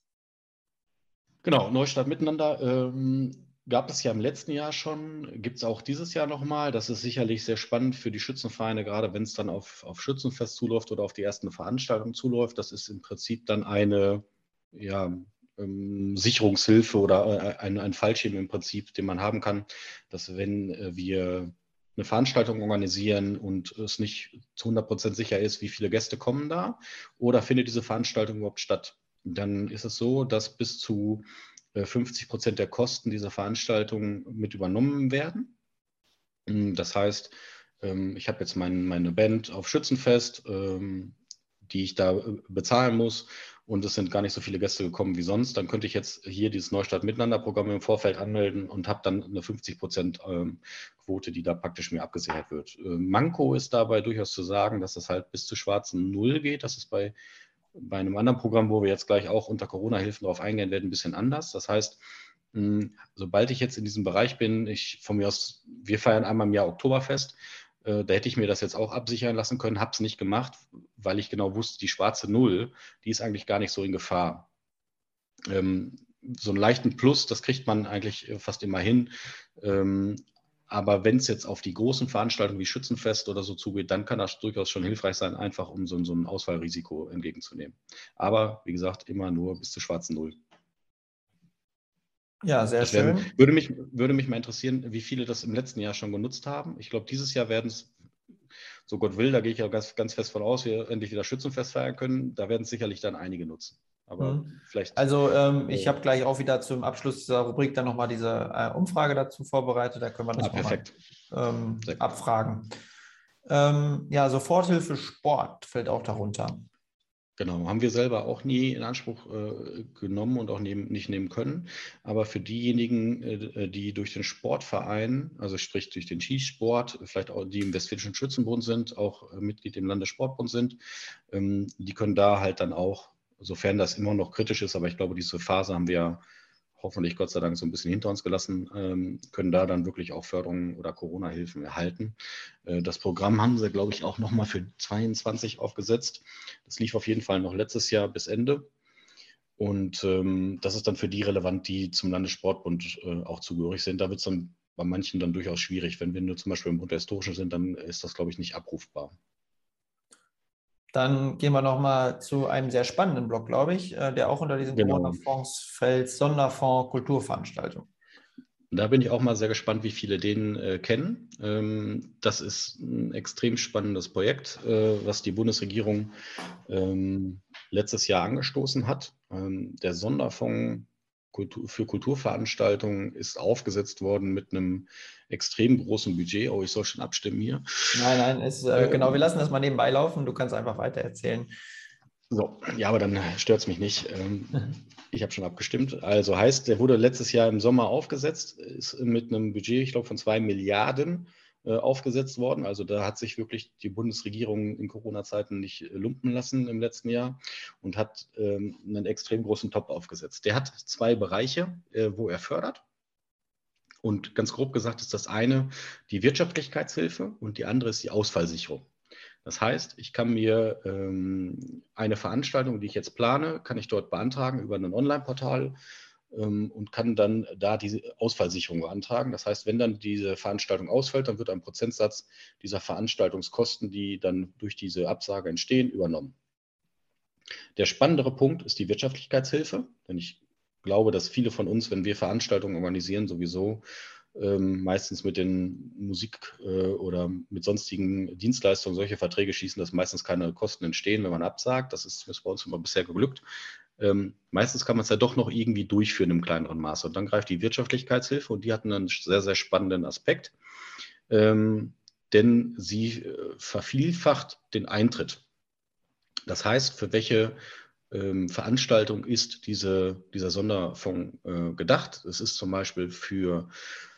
Genau, Neustadt miteinander ähm, gab es ja im letzten Jahr schon, gibt es auch dieses Jahr nochmal. Das ist sicherlich sehr spannend für die Schützenvereine, gerade wenn es dann auf, auf Schützenfest zuläuft oder auf die ersten Veranstaltungen zuläuft. Das ist im Prinzip dann eine ja, ähm, Sicherungshilfe oder ein, ein Fallschirm im Prinzip, den man haben kann, dass wenn äh, wir eine Veranstaltung organisieren und es nicht zu hundert Prozent sicher ist, wie viele Gäste kommen da oder findet diese Veranstaltung überhaupt statt, dann ist es so, dass bis zu fünfzig Prozent der Kosten dieser Veranstaltung mit übernommen werden. Das heißt, ich habe jetzt mein, meine Band auf Schützenfest, die ich da bezahlen muss und es sind gar nicht so viele Gäste gekommen wie sonst, dann könnte ich jetzt hier dieses Neustadt-Miteinander-Programm im Vorfeld anmelden und habe dann eine fünfzig Prozent Quote, die da praktisch mir abgesichert wird. Manko ist dabei durchaus zu sagen, dass das halt bis zu schwarzen Null geht. Das ist bei Bei einem anderen Programm, wo wir jetzt gleich auch unter Corona-Hilfen drauf eingehen werden, ein bisschen anders. Das heißt, sobald ich jetzt in diesem Bereich bin, ich von mir aus, wir feiern einmal im Jahr Oktoberfest, äh, da hätte ich mir das jetzt auch absichern lassen können, habe es nicht gemacht, weil ich genau wusste, die schwarze Null, die ist eigentlich gar nicht so in Gefahr. Ähm, so einen leichten Plus, das kriegt man eigentlich fast immer hin. Ähm, Aber wenn es jetzt auf die großen Veranstaltungen wie Schützenfest oder so zugeht, dann kann das durchaus schon hilfreich sein, einfach um so, so ein Ausfallrisiko entgegenzunehmen. Aber wie gesagt, immer nur bis zur schwarzen Null. Ja, sehr das schön. Werden, würde, mich, würde mich mal interessieren, wie viele das im letzten Jahr schon genutzt haben. Ich glaube, dieses Jahr werden es, so Gott will, da gehe ich ja ganz, ganz fest von aus, wir endlich wieder Schützenfest feiern können. Da werden es sicherlich dann einige nutzen. Aber hm. vielleicht. Also ähm, ich äh, habe gleich auch wieder zum Abschluss dieser Rubrik dann nochmal diese äh, Umfrage dazu vorbereitet. Da können wir das ah, nochmal ähm, abfragen. Ähm, ja, Soforthilfe Sport fällt auch darunter. Genau, haben wir selber auch nie in Anspruch äh, genommen und auch nehmen, nicht nehmen können. Aber für diejenigen, äh, die durch den Sportverein, also sprich durch den Skisport, vielleicht auch die im Westfälischen Schützenbund sind, auch äh, Mitglied im Landessportbund sind, ähm, die können da halt dann auch, sofern das immer noch kritisch ist, aber ich glaube, diese Phase haben wir hoffentlich Gott sei Dank so ein bisschen hinter uns gelassen, ähm, können da dann wirklich auch Förderungen oder Corona-Hilfen erhalten. Äh, das Programm haben sie, glaube ich, auch nochmal für zweiundzwanzig aufgesetzt. Das lief auf jeden Fall noch letztes Jahr bis Ende. Und ähm, das ist dann für die relevant, die zum Landessportbund äh, auch zugehörig sind. Da wird es dann bei manchen dann durchaus schwierig. Wenn wir nur zum Beispiel im Bund der Historischen sind, dann ist das, glaube ich, nicht abrufbar. Dann gehen wir nochmal zu einem sehr spannenden Block, glaube ich, äh, der auch unter diesen Genau. Corona-Fonds fällt, Sonderfonds Kulturveranstaltung. Da bin ich auch mal sehr gespannt, wie viele den äh, kennen. Ähm, das ist ein extrem spannendes Projekt, äh, was die Bundesregierung ähm, letztes Jahr angestoßen hat. Ähm, der Sonderfonds Kultur, für Kulturveranstaltungen ist aufgesetzt worden mit einem extrem großen Budget. Oh, ich soll schon abstimmen hier. Nein, nein, ist, äh, Ähm, genau, wir lassen das mal nebenbei laufen. Du kannst einfach weiter erzählen. So, ja, aber dann stört es mich nicht. Ähm, ich habe schon abgestimmt. Also heißt, der wurde letztes Jahr im Sommer aufgesetzt, ist mit einem Budget, ich glaube, von zwei Milliarden äh, aufgesetzt worden. Also da hat sich wirklich die Bundesregierung in Corona-Zeiten nicht äh, lumpen lassen im letzten Jahr und hat ähm, einen extrem großen Topf aufgesetzt. Der hat zwei Bereiche, äh, wo er fördert. Und ganz grob gesagt ist das eine die Wirtschaftlichkeitshilfe und die andere ist die Ausfallsicherung. Das heißt, ich kann mir ähm, eine Veranstaltung, die ich jetzt plane, kann ich dort beantragen über ein Online-Portal ähm, und kann dann da diese Ausfallsicherung beantragen. Das heißt, wenn dann diese Veranstaltung ausfällt, dann wird ein Prozentsatz dieser Veranstaltungskosten, die dann durch diese Absage entstehen, übernommen. Der spannendere Punkt ist die Wirtschaftlichkeitshilfe, denn ich glaube, dass viele von uns, wenn wir Veranstaltungen organisieren, sowieso ähm, meistens mit den Musik- äh, oder mit sonstigen Dienstleistungen solche Verträge schließen, dass meistens keine Kosten entstehen, wenn man absagt. Das ist, ist bei uns immer bisher geglückt. Ähm, meistens kann man es ja doch noch irgendwie durchführen im kleineren Maße. Und dann greift die Wirtschaftlichkeitshilfe und die hat einen sehr, sehr spannenden Aspekt, ähm, denn sie äh, vervielfacht den Eintritt. Das heißt, für welche ähm, Veranstaltung ist diese, dieser Sonderfonds äh, gedacht? Es ist zum Beispiel für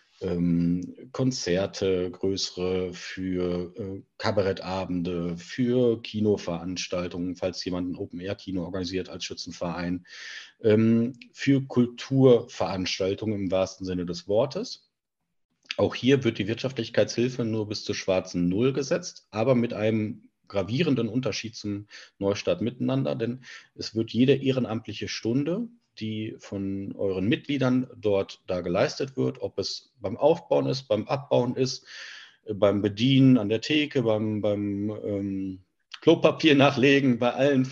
ähm, Konzerte, größere, für äh, Kabarettabende, für Kinoveranstaltungen, falls jemand ein Open-Air-Kino organisiert als Schützenverein, ähm, für Kulturveranstaltungen im wahrsten Sinne des Wortes. Auch hier wird die Wirtschaftlichkeitshilfe nur bis zur schwarzen Null gesetzt, aber mit einem gravierenden Unterschied zum Neustart miteinander, denn es wird jede ehrenamtliche Stunde, die von euren Mitgliedern dort da geleistet wird, ob es beim Aufbauen ist, beim Abbauen ist, beim Bedienen an der Theke, beim, beim ähm, Klopapier nachlegen, bei allen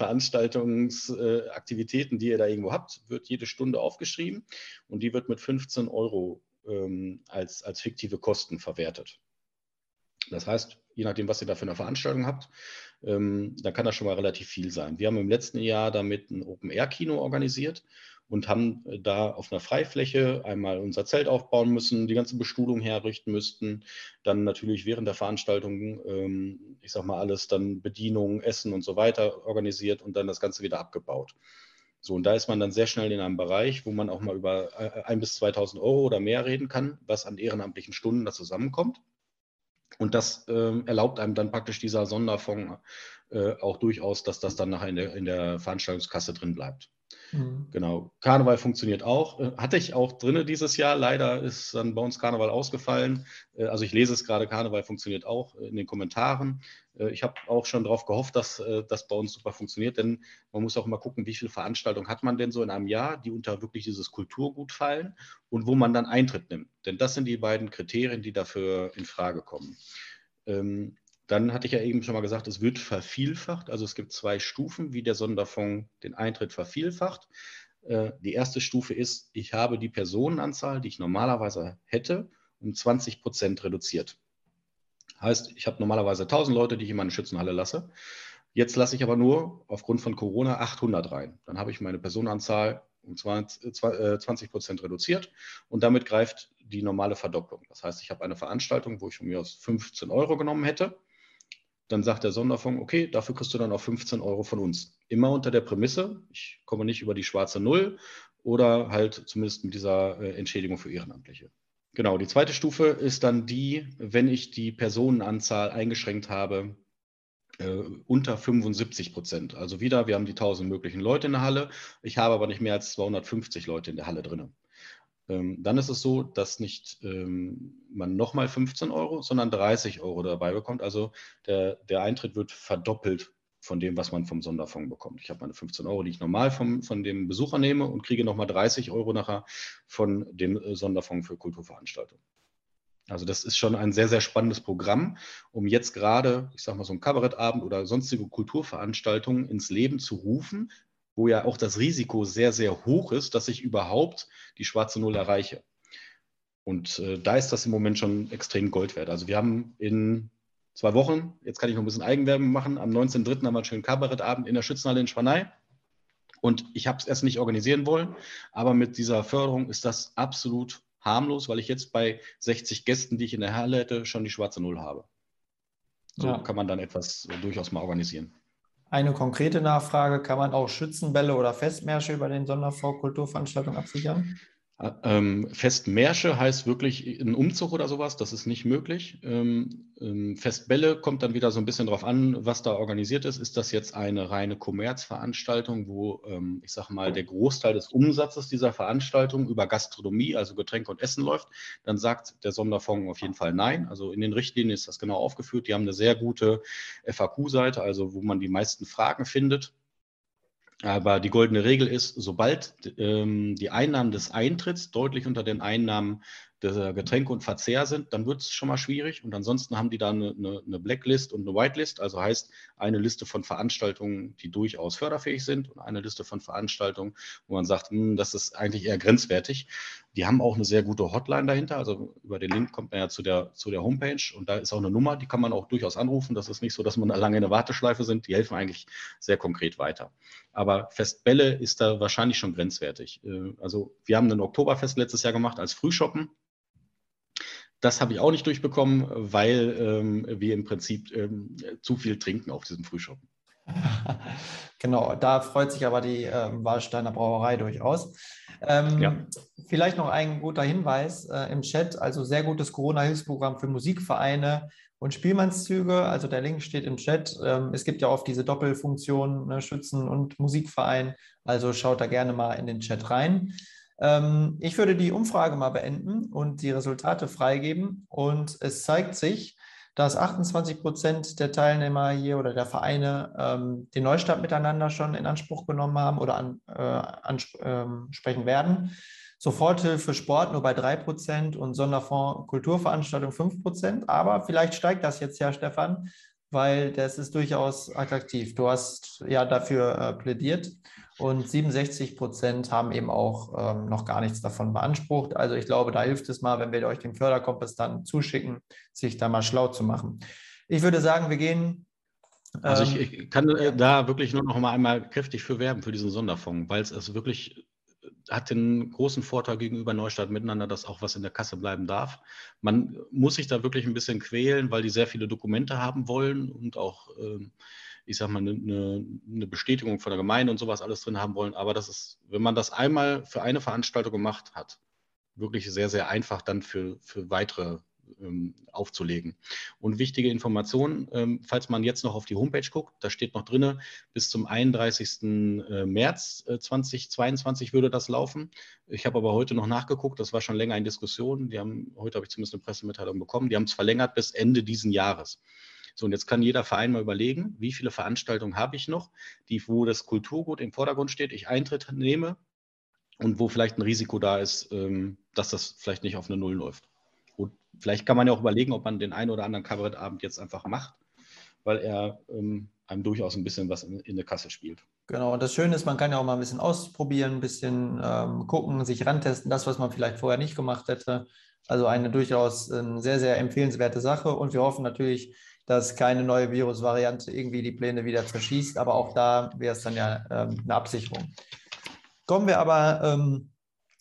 Veranstaltungsaktivitäten, äh, die ihr da irgendwo habt, wird jede Stunde aufgeschrieben und die wird mit fünfzehn Euro ähm, als, als fiktive Kosten verwertet. Das heißt, je nachdem, was ihr da für eine Veranstaltung habt, ähm, dann kann das schon mal relativ viel sein. Wir haben im letzten Jahr damit ein Open-Air-Kino organisiert und haben da auf einer Freifläche einmal unser Zelt aufbauen müssen, die ganze Bestuhlung herrichten müssten, dann natürlich während der Veranstaltung, ähm, ich sag mal alles, dann Bedienung, Essen und so weiter organisiert und dann das Ganze wieder abgebaut. So, und da ist man dann sehr schnell in einem Bereich, wo man auch mal über ein bis zweitausend Euro oder mehr reden kann, was an ehrenamtlichen Stunden da zusammenkommt. Und das äh, erlaubt einem dann praktisch dieser Sonderfonds äh, auch durchaus, dass das dann nachher in der, in der Veranstaltungskasse drin bleibt. Mhm. Genau. Karneval funktioniert auch. Äh, hatte ich auch drin dieses Jahr. Leider ist dann bei uns Karneval ausgefallen. Äh, also ich lese es gerade, Karneval funktioniert auch in den Kommentaren. Äh, ich habe auch schon darauf gehofft, dass äh, das bei uns super funktioniert, denn man muss auch immer gucken, wie viele Veranstaltungen hat man denn so in einem Jahr, die unter wirklich dieses Kulturgut fallen und wo man dann Eintritt nimmt. Denn das sind die beiden Kriterien, die dafür in Frage kommen. Ähm, Dann hatte ich ja eben schon mal gesagt, es wird vervielfacht. Also es gibt zwei Stufen, wie der Sonderfonds den Eintritt vervielfacht. Äh, die erste Stufe ist, ich habe die Personenanzahl, die ich normalerweise hätte, um zwanzig Prozent reduziert. Heißt, ich habe normalerweise tausend Leute, die ich in meine Schützenhalle lasse. Jetzt lasse ich aber nur aufgrund von Corona achthundert rein. Dann habe ich meine Personenanzahl um zwanzig Prozent reduziert und damit greift die normale Verdopplung. Das heißt, ich habe eine Veranstaltung, wo ich von mir aus fünfzehn Euro genommen hätte. Dann sagt der Sonderfonds, okay, dafür kriegst du dann auch fünfzehn Euro von uns. Immer unter der Prämisse, ich komme nicht über die schwarze Null oder halt zumindest mit dieser äh, Entschädigung für Ehrenamtliche. Genau, die zweite Stufe ist dann die, wenn ich die Personenanzahl eingeschränkt habe, äh, unter fünfundsiebzig Prozent. Also wieder, wir haben die tausend möglichen Leute in der Halle, ich habe aber nicht mehr als zweihundertfünfzig Leute in der Halle drin. Ähm, dann ist es so, dass nicht ähm, man nochmal fünfzehn Euro, sondern dreißig Euro dabei bekommt. Also der, der Eintritt wird verdoppelt von dem, was man vom Sonderfonds bekommt. Ich habe meine fünfzehn Euro, die ich normal vom, von dem Besucher nehme und kriege nochmal dreißig Euro nachher von dem Sonderfonds für Kulturveranstaltungen. Also das ist schon ein sehr, sehr spannendes Programm, um jetzt gerade, ich sage mal, so einen Kabarettabend oder sonstige Kulturveranstaltungen ins Leben zu rufen, wo ja auch das Risiko sehr, sehr hoch ist, dass ich überhaupt die schwarze Null erreiche. Und äh, da ist das im Moment schon extrem Gold wert. Also wir haben in zwei Wochen, jetzt kann ich noch ein bisschen Eigenwerbung machen, am neunzehnten dritten haben wir einen schönen Kabarettabend in der Schützenhalle in Schwanei. Und ich habe es erst nicht organisieren wollen, aber mit dieser Förderung ist das absolut harmlos, weil ich jetzt bei sechzig Gästen, die ich in der Halle hätte, schon die schwarze Null habe. So Ja. kann man dann etwas äh, durchaus mal organisieren. Eine konkrete Nachfrage, kann man auch Schützenbälle oder Festmärsche über den Sonderfonds Kulturveranstaltung absichern? Ähm, Festmärsche heißt wirklich ein Umzug oder sowas, das ist nicht möglich. Ähm, ähm, Festbälle kommt dann wieder so ein bisschen drauf an, was da organisiert ist. Ist das jetzt eine reine Kommerzveranstaltung, wo, ähm, ich sage mal, der Großteil des Umsatzes dieser Veranstaltung über Gastronomie, also Getränke und Essen läuft, dann sagt der Sonderfonds auf jeden Fall nein. Also in den Richtlinien ist das genau aufgeführt. Die haben eine sehr gute F A Q-Seite, also wo man die meisten Fragen findet. Aber die goldene Regel ist, sobald ähm, die Einnahmen des Eintritts deutlich unter den Einnahmen der Getränke und Verzehr sind, dann wird es schon mal schwierig. Und ansonsten haben die da eine, eine Blacklist und eine Whitelist, also heißt eine Liste von Veranstaltungen, die durchaus förderfähig sind und eine Liste von Veranstaltungen, wo man sagt, hm, das ist eigentlich eher grenzwertig. Die haben auch eine sehr gute Hotline dahinter, also über den Link kommt man ja zu der, zu der Homepage und da ist auch eine Nummer, die kann man auch durchaus anrufen. Das ist nicht so, dass man da lange in der Warteschleife sind, die helfen eigentlich sehr konkret weiter. Aber Festbälle ist da wahrscheinlich schon grenzwertig. Also wir haben ein Oktoberfest letztes Jahr gemacht als Frühshoppen. Das habe ich auch nicht durchbekommen, weil ähm, wir im Prinzip ähm, zu viel trinken auf diesem Frühshoppen. Genau, da freut sich aber die äh, Warsteiner Brauerei durchaus. Ähm, Ja. Vielleicht noch ein guter Hinweis äh, im Chat, also sehr gutes Corona-Hilfsprogramm für Musikvereine und Spielmannszüge, also der Link steht im Chat. Ähm, es gibt ja oft diese Doppelfunktion, ne, Schützen- und Musikverein, also schaut da gerne mal in den Chat rein. Ähm, ich würde die Umfrage mal beenden und die Resultate freigeben und es zeigt sich, dass achtundzwanzig Prozent der Teilnehmer hier oder der Vereine ähm, den Neustart miteinander schon in Anspruch genommen haben oder an, äh, ansprechen werden. Soforthilfe Sport nur bei drei Prozent und Sonderfonds Kulturveranstaltung fünf Prozent. Aber vielleicht steigt das jetzt ja, Stefan, weil das ist durchaus attraktiv. Du hast ja dafür äh, plädiert und siebenundsechzig Prozent haben eben auch ähm, noch gar nichts davon beansprucht. Also ich glaube, da hilft es mal, wenn wir euch den Förderkompass dann zuschicken, sich da mal schlau zu machen. Ich würde sagen, wir gehen. Ähm, also ich, ich kann äh, da wirklich nur noch mal einmal kräftig für werben, für diesen Sonderfonds, weil es also wirklich hat den großen Vorteil gegenüber Neustadt miteinander, dass auch was in der Kasse bleiben darf. Man muss sich da wirklich ein bisschen quälen, weil die sehr viele Dokumente haben wollen und auch, ähm, ich sag mal, eine, eine Bestätigung von der Gemeinde und sowas alles drin haben wollen. Aber das ist, wenn man das einmal für eine Veranstaltung gemacht hat, wirklich sehr, sehr einfach dann für, für weitere ähm, aufzulegen. Und wichtige Informationen, ähm, falls man jetzt noch auf die Homepage guckt, da steht noch drin, bis zum einunddreißigsten März zweitausendzweiundzwanzig würde das laufen. Ich habe aber heute noch nachgeguckt, das war schon länger in Diskussion. Die haben, heute habe ich zumindest eine Pressemitteilung bekommen, die haben es verlängert bis Ende diesen Jahres. So, und jetzt kann jeder Verein mal überlegen, wie viele Veranstaltungen habe ich noch, die, wo das Kulturgut im Vordergrund steht, ich Eintritt nehme und wo vielleicht ein Risiko da ist, ähm, dass das vielleicht nicht auf eine Null läuft. Und vielleicht kann man ja auch überlegen, ob man den einen oder anderen Kabarettabend jetzt einfach macht, weil er ähm, einem durchaus ein bisschen was in, in der Kasse spielt. Genau, und das Schöne ist, man kann ja auch mal ein bisschen ausprobieren, ein bisschen ähm, gucken, sich rantesten, das, was man vielleicht vorher nicht gemacht hätte. Also eine durchaus äh, sehr, sehr empfehlenswerte Sache. Und wir hoffen natürlich, dass keine neue Virusvariante irgendwie die Pläne wieder zerschießt. Aber auch da wäre es dann ja ähm, eine Absicherung. Kommen wir aber ähm,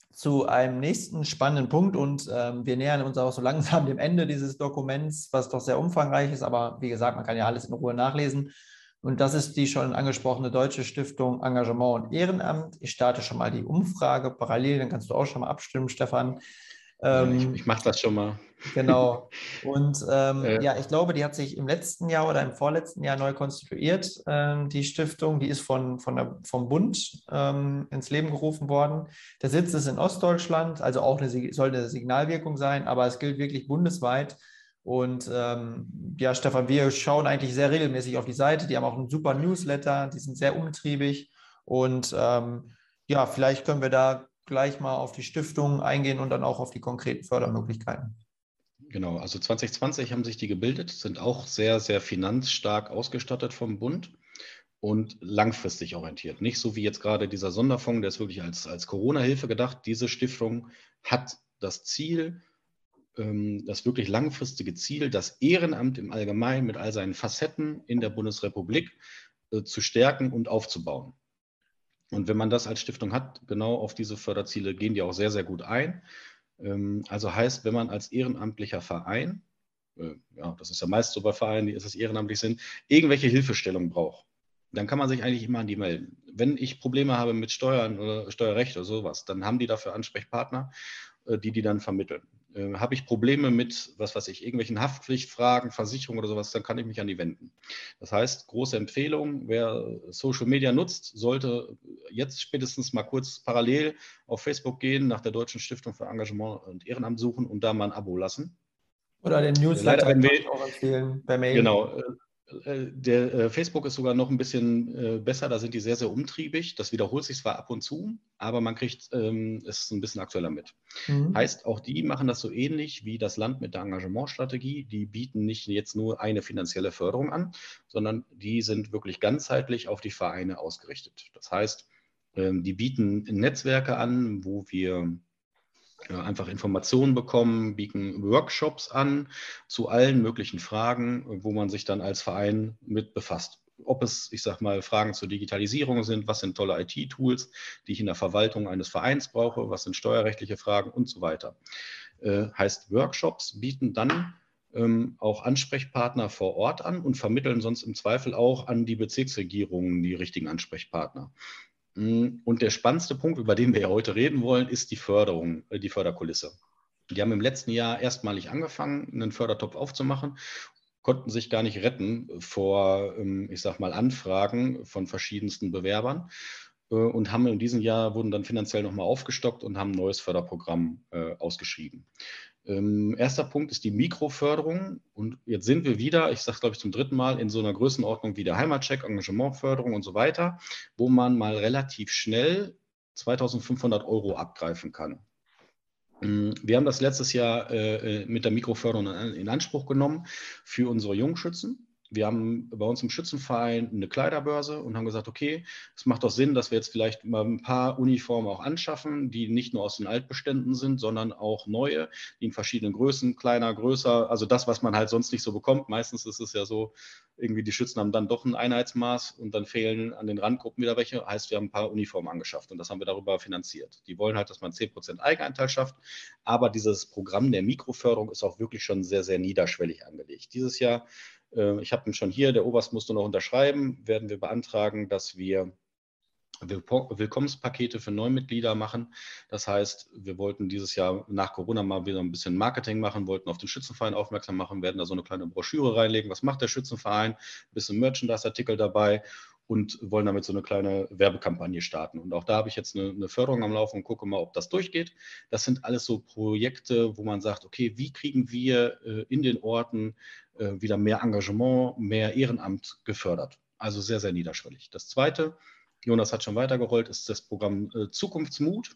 zu einem nächsten spannenden Punkt und ähm, wir nähern uns auch so langsam dem Ende dieses Dokuments, was doch sehr umfangreich ist, aber wie gesagt, man kann ja alles in Ruhe nachlesen. Und das ist die schon angesprochene Deutsche Stiftung Engagement und Ehrenamt. Ich starte schon mal die Umfrage parallel, dann kannst du auch schon mal abstimmen, Stefan. Ähm, ja, ich ich mache das schon mal. Genau. Und ähm, äh, ja, ich glaube, die hat sich im letzten Jahr oder im vorletzten Jahr neu konstituiert, ähm, die Stiftung. Die ist von, von der, vom Bund ähm, ins Leben gerufen worden. Der Sitz ist in Ostdeutschland, also auch eine, soll eine Signalwirkung sein, aber es gilt wirklich bundesweit. Und ähm, ja, Stefan, wir schauen eigentlich sehr regelmäßig auf die Seite. Die haben auch einen super Newsletter, die sind sehr umtriebig. Und ähm, ja, vielleicht können wir da gleich mal auf die Stiftung eingehen und dann auch auf die konkreten Fördermöglichkeiten. Genau, also zwanzig zwanzig haben sich die gebildet, sind auch sehr, sehr finanzstark ausgestattet vom Bund und langfristig orientiert. Nicht so wie jetzt gerade dieser Sonderfonds, der ist wirklich als, als Corona-Hilfe gedacht. Diese Stiftung hat das Ziel, ähm, das wirklich langfristige Ziel, das Ehrenamt im Allgemeinen mit all seinen Facetten in der Bundesrepublik äh, zu stärken und aufzubauen. Und wenn man das als Stiftung hat, genau auf diese Förderziele gehen die auch sehr, sehr gut ein. Ähm, also heißt, wenn man als ehrenamtlicher Verein, äh, ja, das ist ja meist so bei Vereinen, die es ehrenamtlich sind, irgendwelche Hilfestellung braucht, dann kann man sich eigentlich immer an die melden. Wenn ich Probleme habe mit Steuern oder Steuerrecht oder sowas, dann haben die dafür Ansprechpartner, äh, die die dann vermitteln. Äh, habe ich Probleme mit, was weiß ich, irgendwelchen Haftpflichtfragen, Versicherungen oder sowas, dann kann ich mich an die wenden. Das heißt, große Empfehlung, wer Social Media nutzt, sollte jetzt spätestens mal kurz parallel auf Facebook gehen, nach der Deutschen Stiftung für Engagement und Ehrenamt suchen und da mal ein Abo lassen. Oder den Äh, Leider Newsletter werden kann wir, ich auch empfehlen, per Mail. genau, äh, äh, der äh, Facebook ist sogar noch ein bisschen äh, besser, da sind die sehr, sehr umtriebig. Das wiederholt sich zwar ab und zu, aber man kriegt ähm, es ein bisschen aktueller mit. Mhm. Heißt, auch die machen das so ähnlich wie das Land mit der Engagementstrategie. Die bieten nicht jetzt nur eine finanzielle Förderung an, sondern die sind wirklich ganzheitlich auf die Vereine ausgerichtet. Das heißt, ähm, die bieten Netzwerke an, wo wir einfach Informationen bekommen, bieten Workshops an zu allen möglichen Fragen, wo man sich dann als Verein mit befasst. Ob es, ich sag mal, Fragen zur Digitalisierung sind, was sind tolle I T-Tools, die ich in der Verwaltung eines Vereins brauche, was sind steuerrechtliche Fragen und so weiter. Äh, heißt, Workshops bieten dann ähm, auch Ansprechpartner vor Ort an und vermitteln sonst im Zweifel auch an die Bezirksregierungen die richtigen Ansprechpartner. Und der spannendste Punkt, über den wir ja heute reden wollen, ist die Förderung, die Förderkulisse. Die haben im letzten Jahr erstmalig angefangen, einen Fördertopf aufzumachen, konnten sich gar nicht retten vor, ich sag mal, Anfragen von verschiedensten Bewerbern und haben in diesem Jahr, wurden dann finanziell nochmal aufgestockt und haben ein neues Förderprogramm äh, ausgeschrieben. Ähm, erster Punkt ist die Mikroförderung. Und jetzt sind wir wieder, ich sage es glaube ich zum dritten Mal, in so einer Größenordnung wie der Heimatcheck, Engagementförderung und so weiter, wo man mal relativ schnell zweitausendfünfhundert Euro abgreifen kann. Wir haben das letztes Jahr äh, mit der Mikroförderung in Anspruch genommen für unsere Jungschützen. Wir haben bei uns im Schützenverein eine Kleiderbörse und haben gesagt, okay, es macht doch Sinn, dass wir jetzt vielleicht mal ein paar Uniformen auch anschaffen, die nicht nur aus den Altbeständen sind, sondern auch neue, die in verschiedenen Größen, kleiner, größer, also das, was man halt sonst nicht so bekommt. Meistens ist es ja so, irgendwie die Schützen haben dann doch ein Einheitsmaß und dann fehlen an den Randgruppen wieder welche. Heißt, wir haben ein paar Uniformen angeschafft und das haben wir darüber finanziert. Die wollen halt, dass man zehn Prozent Eigenanteil schafft, aber dieses Programm der Mikroförderung ist auch wirklich schon sehr, sehr niederschwellig angelegt. Dieses Jahr, äh, ich habe ihn schon hier, der Oberst musste noch unterschreiben, werden wir beantragen, dass wir Willkommenspakete für Neumitglieder machen. Das heißt, wir wollten dieses Jahr nach Corona mal wieder ein bisschen Marketing machen, wollten auf den Schützenverein aufmerksam machen, werden da so eine kleine Broschüre reinlegen, was macht der Schützenverein, ein bisschen Merchandise-Artikel dabei und wollen damit so eine kleine Werbekampagne starten. Und auch da habe ich jetzt eine, eine Förderung am Laufen und gucke mal, ob das durchgeht. Das sind alles so Projekte, wo man sagt, okay, wie kriegen wir äh, in den Orten äh, wieder mehr Engagement, mehr Ehrenamt gefördert? Also sehr, sehr niederschwellig. Das Zweite, Jonas hat schon weitergerollt, ist das Programm äh, Zukunftsmut.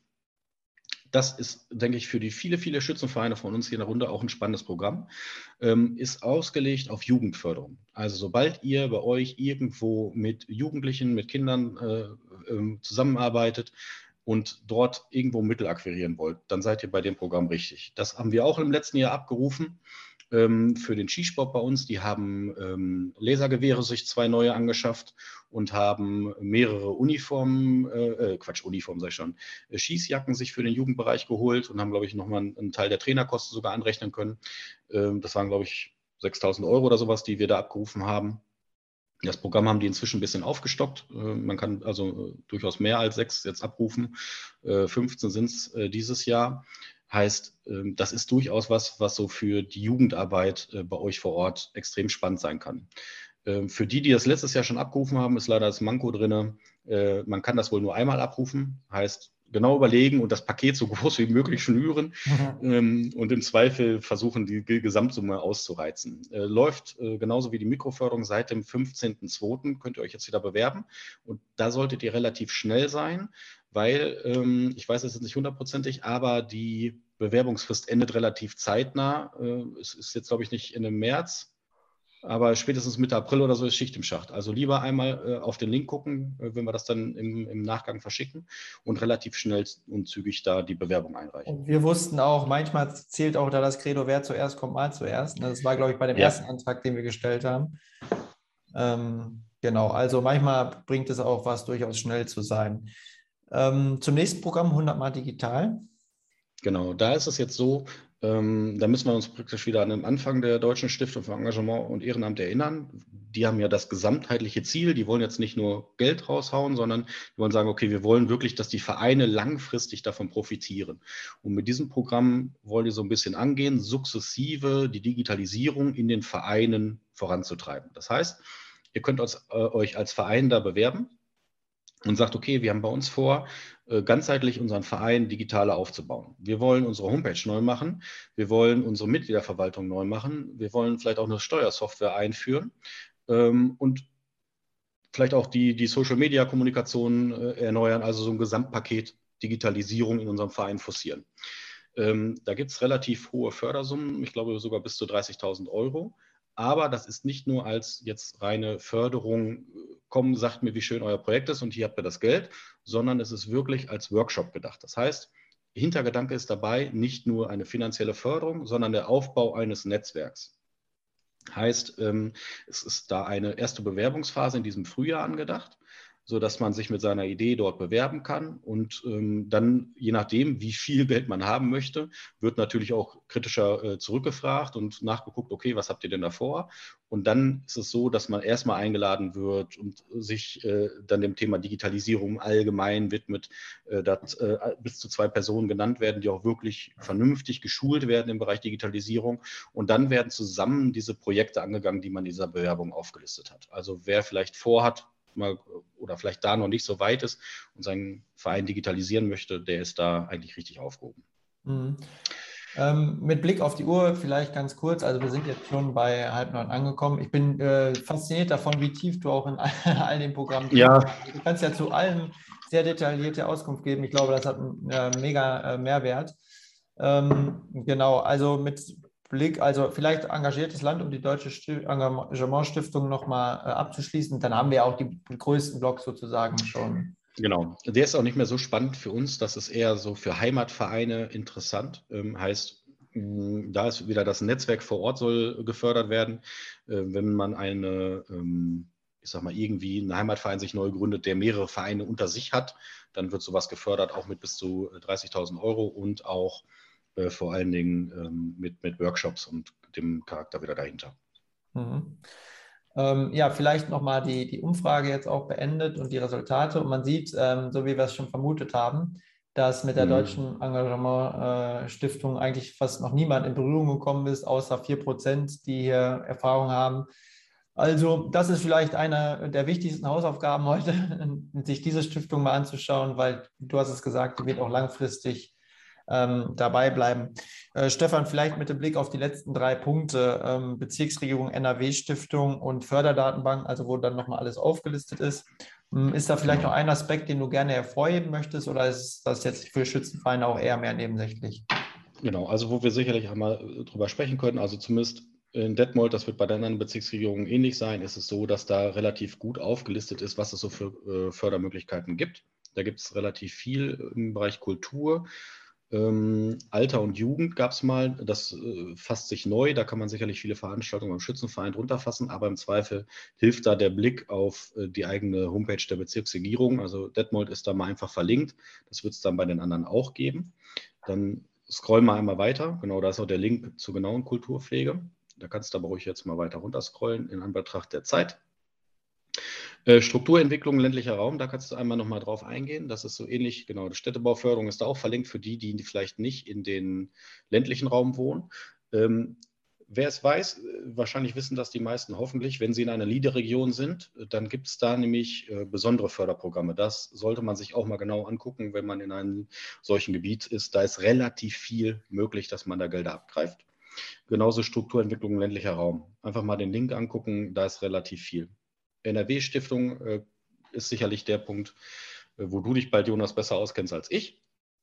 Das ist, denke ich, für die viele, viele Schützenvereine von uns hier in der Runde auch ein spannendes Programm. Ähm, ist ausgelegt auf Jugendförderung. Also sobald ihr bei euch irgendwo mit Jugendlichen, mit Kindern äh, äh, zusammenarbeitet und dort irgendwo Mittel akquirieren wollt, dann seid ihr bei dem Programm richtig. Das haben wir auch im letzten Jahr abgerufen. Für den Skisport bei uns, die haben ähm, Lasergewehre sich zwei neue angeschafft und haben mehrere Uniformen, äh, Quatsch, Uniformen sag ich schon, äh, Schießjacken sich für den Jugendbereich geholt und haben, glaube ich, nochmal einen, einen Teil der Trainerkosten sogar anrechnen können. Ähm, das waren, glaube ich, sechstausend Euro oder sowas, die wir da abgerufen haben. Das Programm haben die inzwischen ein bisschen aufgestockt. Äh, man kann also äh, durchaus mehr als sechs jetzt abrufen. Äh, fünfzehn sind es äh, dieses Jahr. Heißt, das ist durchaus was, was so für die Jugendarbeit bei euch vor Ort extrem spannend sein kann. Für die, die das letztes Jahr schon abgerufen haben, ist leider das Manko drin. Man kann das wohl nur einmal abrufen. Heißt, genau überlegen und das Paket so groß wie möglich schnüren mhm. und im Zweifel versuchen, die Gesamtsumme auszureizen. Läuft genauso wie die Mikroförderung seit dem fünfzehnten zweiten könnt ihr euch jetzt wieder bewerben. Und da solltet ihr relativ schnell sein, weil, ähm, ich weiß es jetzt nicht hundertprozentig, aber die Bewerbungsfrist endet relativ zeitnah. Es ist jetzt, glaube ich, nicht Ende März, aber spätestens Mitte April oder so ist Schicht im Schacht. Also lieber einmal äh, auf den Link gucken, äh, wenn wir das dann im, im Nachgang verschicken und relativ schnell und zügig da die Bewerbung einreichen. Und wir wussten auch, manchmal zählt auch da das Credo, wer zuerst kommt, mal zuerst. Das war, glaube ich, bei dem Ja. ersten Antrag, den wir gestellt haben. Ähm, genau, also manchmal bringt es auch was, durchaus schnell zu sein. Ähm, zum nächsten Programm, hundert Mal digital. Genau, da ist es jetzt so, ähm, da müssen wir uns praktisch wieder an den Anfang der Deutschen Stiftung für Engagement und Ehrenamt erinnern. Die haben ja das gesamtheitliche Ziel, die wollen jetzt nicht nur Geld raushauen, sondern die wollen sagen, okay, wir wollen wirklich, dass die Vereine langfristig davon profitieren. Und mit diesem Programm wollen die so ein bisschen angehen, sukzessive die Digitalisierung in den Vereinen voranzutreiben. Das heißt, ihr könnt uns, äh, euch als Verein da bewerben und sagt, okay, wir haben bei uns vor, ganzheitlich unseren Verein digitaler aufzubauen. Wir wollen unsere Homepage neu machen, wir wollen unsere Mitgliederverwaltung neu machen, wir wollen vielleicht auch eine Steuersoftware einführen und vielleicht auch die, die Social-Media-Kommunikation erneuern, also so ein Gesamtpaket Digitalisierung in unserem Verein forcieren. Da gibt es relativ hohe Fördersummen, ich glaube sogar bis zu dreißigtausend Euro. Aber das ist nicht nur als jetzt reine Förderung, komm, sagt mir, wie schön euer Projekt ist und hier habt ihr das Geld, sondern es ist wirklich als Workshop gedacht. Das heißt, Hintergedanke ist dabei nicht nur eine finanzielle Förderung, sondern der Aufbau eines Netzwerks. Heißt, es ist da eine erste Bewerbungsphase in diesem Frühjahr angedacht, sodass man sich mit seiner Idee dort bewerben kann und ähm, dann, je nachdem, wie viel Geld man haben möchte, wird natürlich auch kritischer äh, zurückgefragt und nachgeguckt, okay, was habt ihr denn da vor? Und dann ist es so, dass man erstmal eingeladen wird und sich äh, dann dem Thema Digitalisierung allgemein widmet, äh, dass äh, bis zu zwei Personen genannt werden, die auch wirklich vernünftig geschult werden im Bereich Digitalisierung. Und dann werden zusammen diese Projekte angegangen, die man in dieser Bewerbung aufgelistet hat. Also wer vielleicht vorhat, mal oder vielleicht da noch nicht so weit ist und seinen Verein digitalisieren möchte, der ist da eigentlich richtig aufgehoben. Mhm. Ähm, mit Blick auf die Uhr vielleicht ganz kurz, also wir sind jetzt schon bei halb neun angekommen. Ich bin äh, fasziniert davon, wie tief du auch in all, all den Programmen bist. Ja. Du kannst ja zu allem sehr detaillierte Auskunft geben. Ich glaube, das hat einen äh, mega äh, Mehrwert. Ähm, genau, also mit Blick, also vielleicht engagiertes Land, um die Deutsche Engagementstiftung nochmal äh, abzuschließen. Dann haben wir auch die größten Block sozusagen schon. Genau, der ist auch nicht mehr so spannend für uns, das ist eher so für Heimatvereine interessant. Ähm, heißt, mh, da ist wieder das Netzwerk vor Ort soll gefördert werden. Äh, wenn man eine, ähm, ich sag mal, irgendwie ein Heimatverein sich neu gründet, der mehrere Vereine unter sich hat, dann wird sowas gefördert, auch mit bis zu dreißigtausend Euro und auch äh, vor allen Dingen ähm, mit, mit Workshops und dem Charakter wieder dahinter. Mhm. Ähm, ja, vielleicht nochmal die, die Umfrage jetzt auch beendet und die Resultate. Und man sieht, ähm, so wie wir es schon vermutet haben, dass mit der Mhm. Deutschen Engagement-Stiftung eigentlich fast noch niemand in Berührung gekommen ist, außer vier Prozent, die hier Erfahrung haben. Also das ist vielleicht eine der wichtigsten Hausaufgaben heute, sich diese Stiftung mal anzuschauen, weil du hast es gesagt, die wird auch langfristig ähm, dabei bleiben. Äh, Stefan, vielleicht mit dem Blick auf die letzten drei Punkte, ähm, Bezirksregierung, N R W-Stiftung und Förderdatenbank, also wo dann nochmal alles aufgelistet ist. Ähm, ist da vielleicht noch ein Aspekt, den du gerne hervorheben möchtest, oder ist das jetzt für Schützenvereine auch eher mehr nebensächlich? Genau, also wo wir sicherlich einmal drüber sprechen können, also zumindest in Detmold, das wird bei den anderen Bezirksregierungen ähnlich sein, ist es so, dass da relativ gut aufgelistet ist, was es so für äh, Fördermöglichkeiten gibt. Da gibt es relativ viel im Bereich Kultur. Ähm, Alter und Jugend gab es mal, das äh, fasst sich neu, da kann man sicherlich viele Veranstaltungen beim Schützenverein drunter fassen, aber im Zweifel hilft da der Blick auf äh, die eigene Homepage der Bezirksregierung. Also Detmold ist da mal einfach verlinkt, das wird es dann bei den anderen auch geben. Dann scrollen wir einmal weiter, genau, da ist auch der Link zur genauen Kulturpflege. Da kannst du aber ruhig jetzt mal weiter runter scrollen in Anbetracht der Zeit. Äh, Strukturentwicklung ländlicher Raum, da kannst du einmal nochmal drauf eingehen. Das ist so ähnlich, genau, die Städtebauförderung ist da auch verlinkt für die, die vielleicht nicht in den ländlichen Raum wohnen. Ähm, wer es weiß, wahrscheinlich wissen das die meisten hoffentlich, wenn sie in einer LEADER-Region sind, dann gibt es da nämlich äh, besondere Förderprogramme. Das sollte man sich auch mal genau angucken, wenn man in einem solchen Gebiet ist. Da ist relativ viel möglich, dass man da Gelder abgreift. Genauso Strukturentwicklung ländlicher Raum. Einfach mal den Link angucken, da ist relativ viel. N R W-Stiftung äh, ist sicherlich der Punkt, äh, wo du dich bald, Jonas, besser auskennst als ich.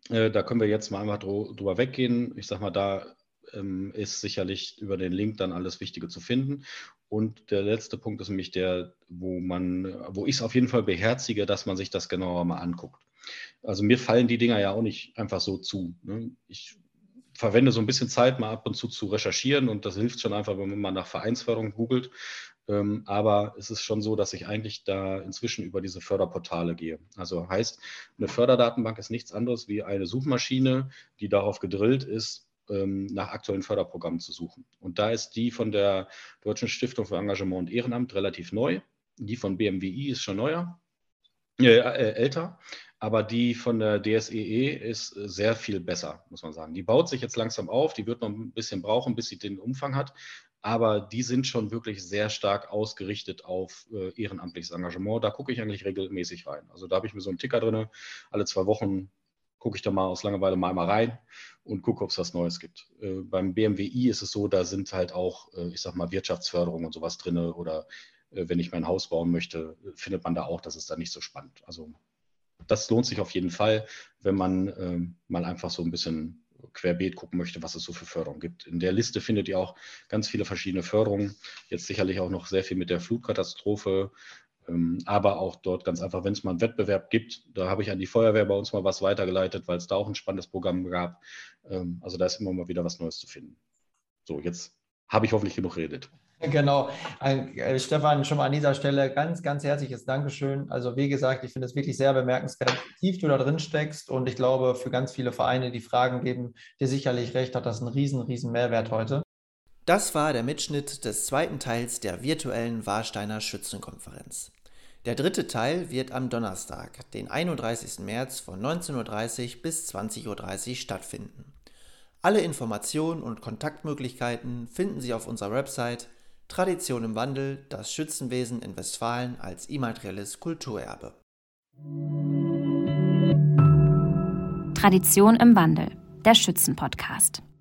Äh, da können wir jetzt mal einfach dro- drüber weggehen. Ich sag mal, da ähm, ist sicherlich über den Link dann alles Wichtige zu finden. Und der letzte Punkt ist nämlich der, wo man, wo ich es auf jeden Fall beherzige, dass man sich das genauer mal anguckt. Also mir fallen die Dinger ja auch nicht einfach so zu. Ne? Ich verwende so ein bisschen Zeit, mal ab und zu zu recherchieren, und das hilft schon einfach, wenn man mal nach Vereinsförderung googelt. Ähm, aber es ist schon so, dass ich eigentlich da inzwischen über diese Förderportale gehe. Also heißt, eine Förderdatenbank ist nichts anderes wie eine Suchmaschine, die darauf gedrillt ist, ähm, nach aktuellen Förderprogrammen zu suchen. Und da ist die von der Deutschen Stiftung für Engagement und Ehrenamt relativ neu. Die von B M W I ist schon neuer, äh, äh, älter. Aber die von der D S E E ist sehr viel besser, muss man sagen. Die baut sich jetzt langsam auf, die wird noch ein bisschen brauchen, bis sie den Umfang hat. Aber die sind schon wirklich sehr stark ausgerichtet auf äh, ehrenamtliches Engagement. Da gucke ich eigentlich regelmäßig rein. Also da habe ich mir so einen Ticker drin. Alle zwei Wochen gucke ich da mal aus Langeweile mal einmal rein und gucke, ob es was Neues gibt. Äh, beim B M W I ist es so, da sind halt auch, äh, ich sag mal, Wirtschaftsförderung und sowas drin. Oder äh, wenn ich mein Haus bauen möchte, findet man da auch, das ist da nicht so spannend. Also das lohnt sich auf jeden Fall, wenn man ähm, mal einfach so ein bisschen querbeet gucken möchte, was es so für Förderung gibt. In der Liste findet ihr auch ganz viele verschiedene Förderungen. Jetzt sicherlich auch noch sehr viel mit der Flutkatastrophe, ähm, aber auch dort ganz einfach, wenn es mal einen Wettbewerb gibt, da habe ich an die Feuerwehr bei uns mal was weitergeleitet, weil es da auch ein spannendes Programm gab. Ähm, also da ist immer mal wieder was Neues zu finden. So, jetzt habe ich hoffentlich genug geredet. Genau. Äh, Stefan, schon mal an dieser Stelle ganz, ganz herzliches Dankeschön. Also wie gesagt, ich finde es wirklich sehr bemerkenswert, wie tief du da drin steckst, und ich glaube, für ganz viele Vereine, die Fragen geben, dir sicherlich recht, hat das einen riesen, riesen Mehrwert heute. Das war der Mitschnitt des zweiten Teils der virtuellen Warsteiner Schützenkonferenz. Der dritte Teil wird am Donnerstag, den einunddreißigsten März von neunzehn Uhr dreißig bis zwanzig Uhr dreißig stattfinden. Alle Informationen und Kontaktmöglichkeiten finden Sie auf unserer Website Tradition im Wandel, das Schützenwesen in Westfalen als immaterielles Kulturerbe. Tradition im Wandel, der Schützenpodcast.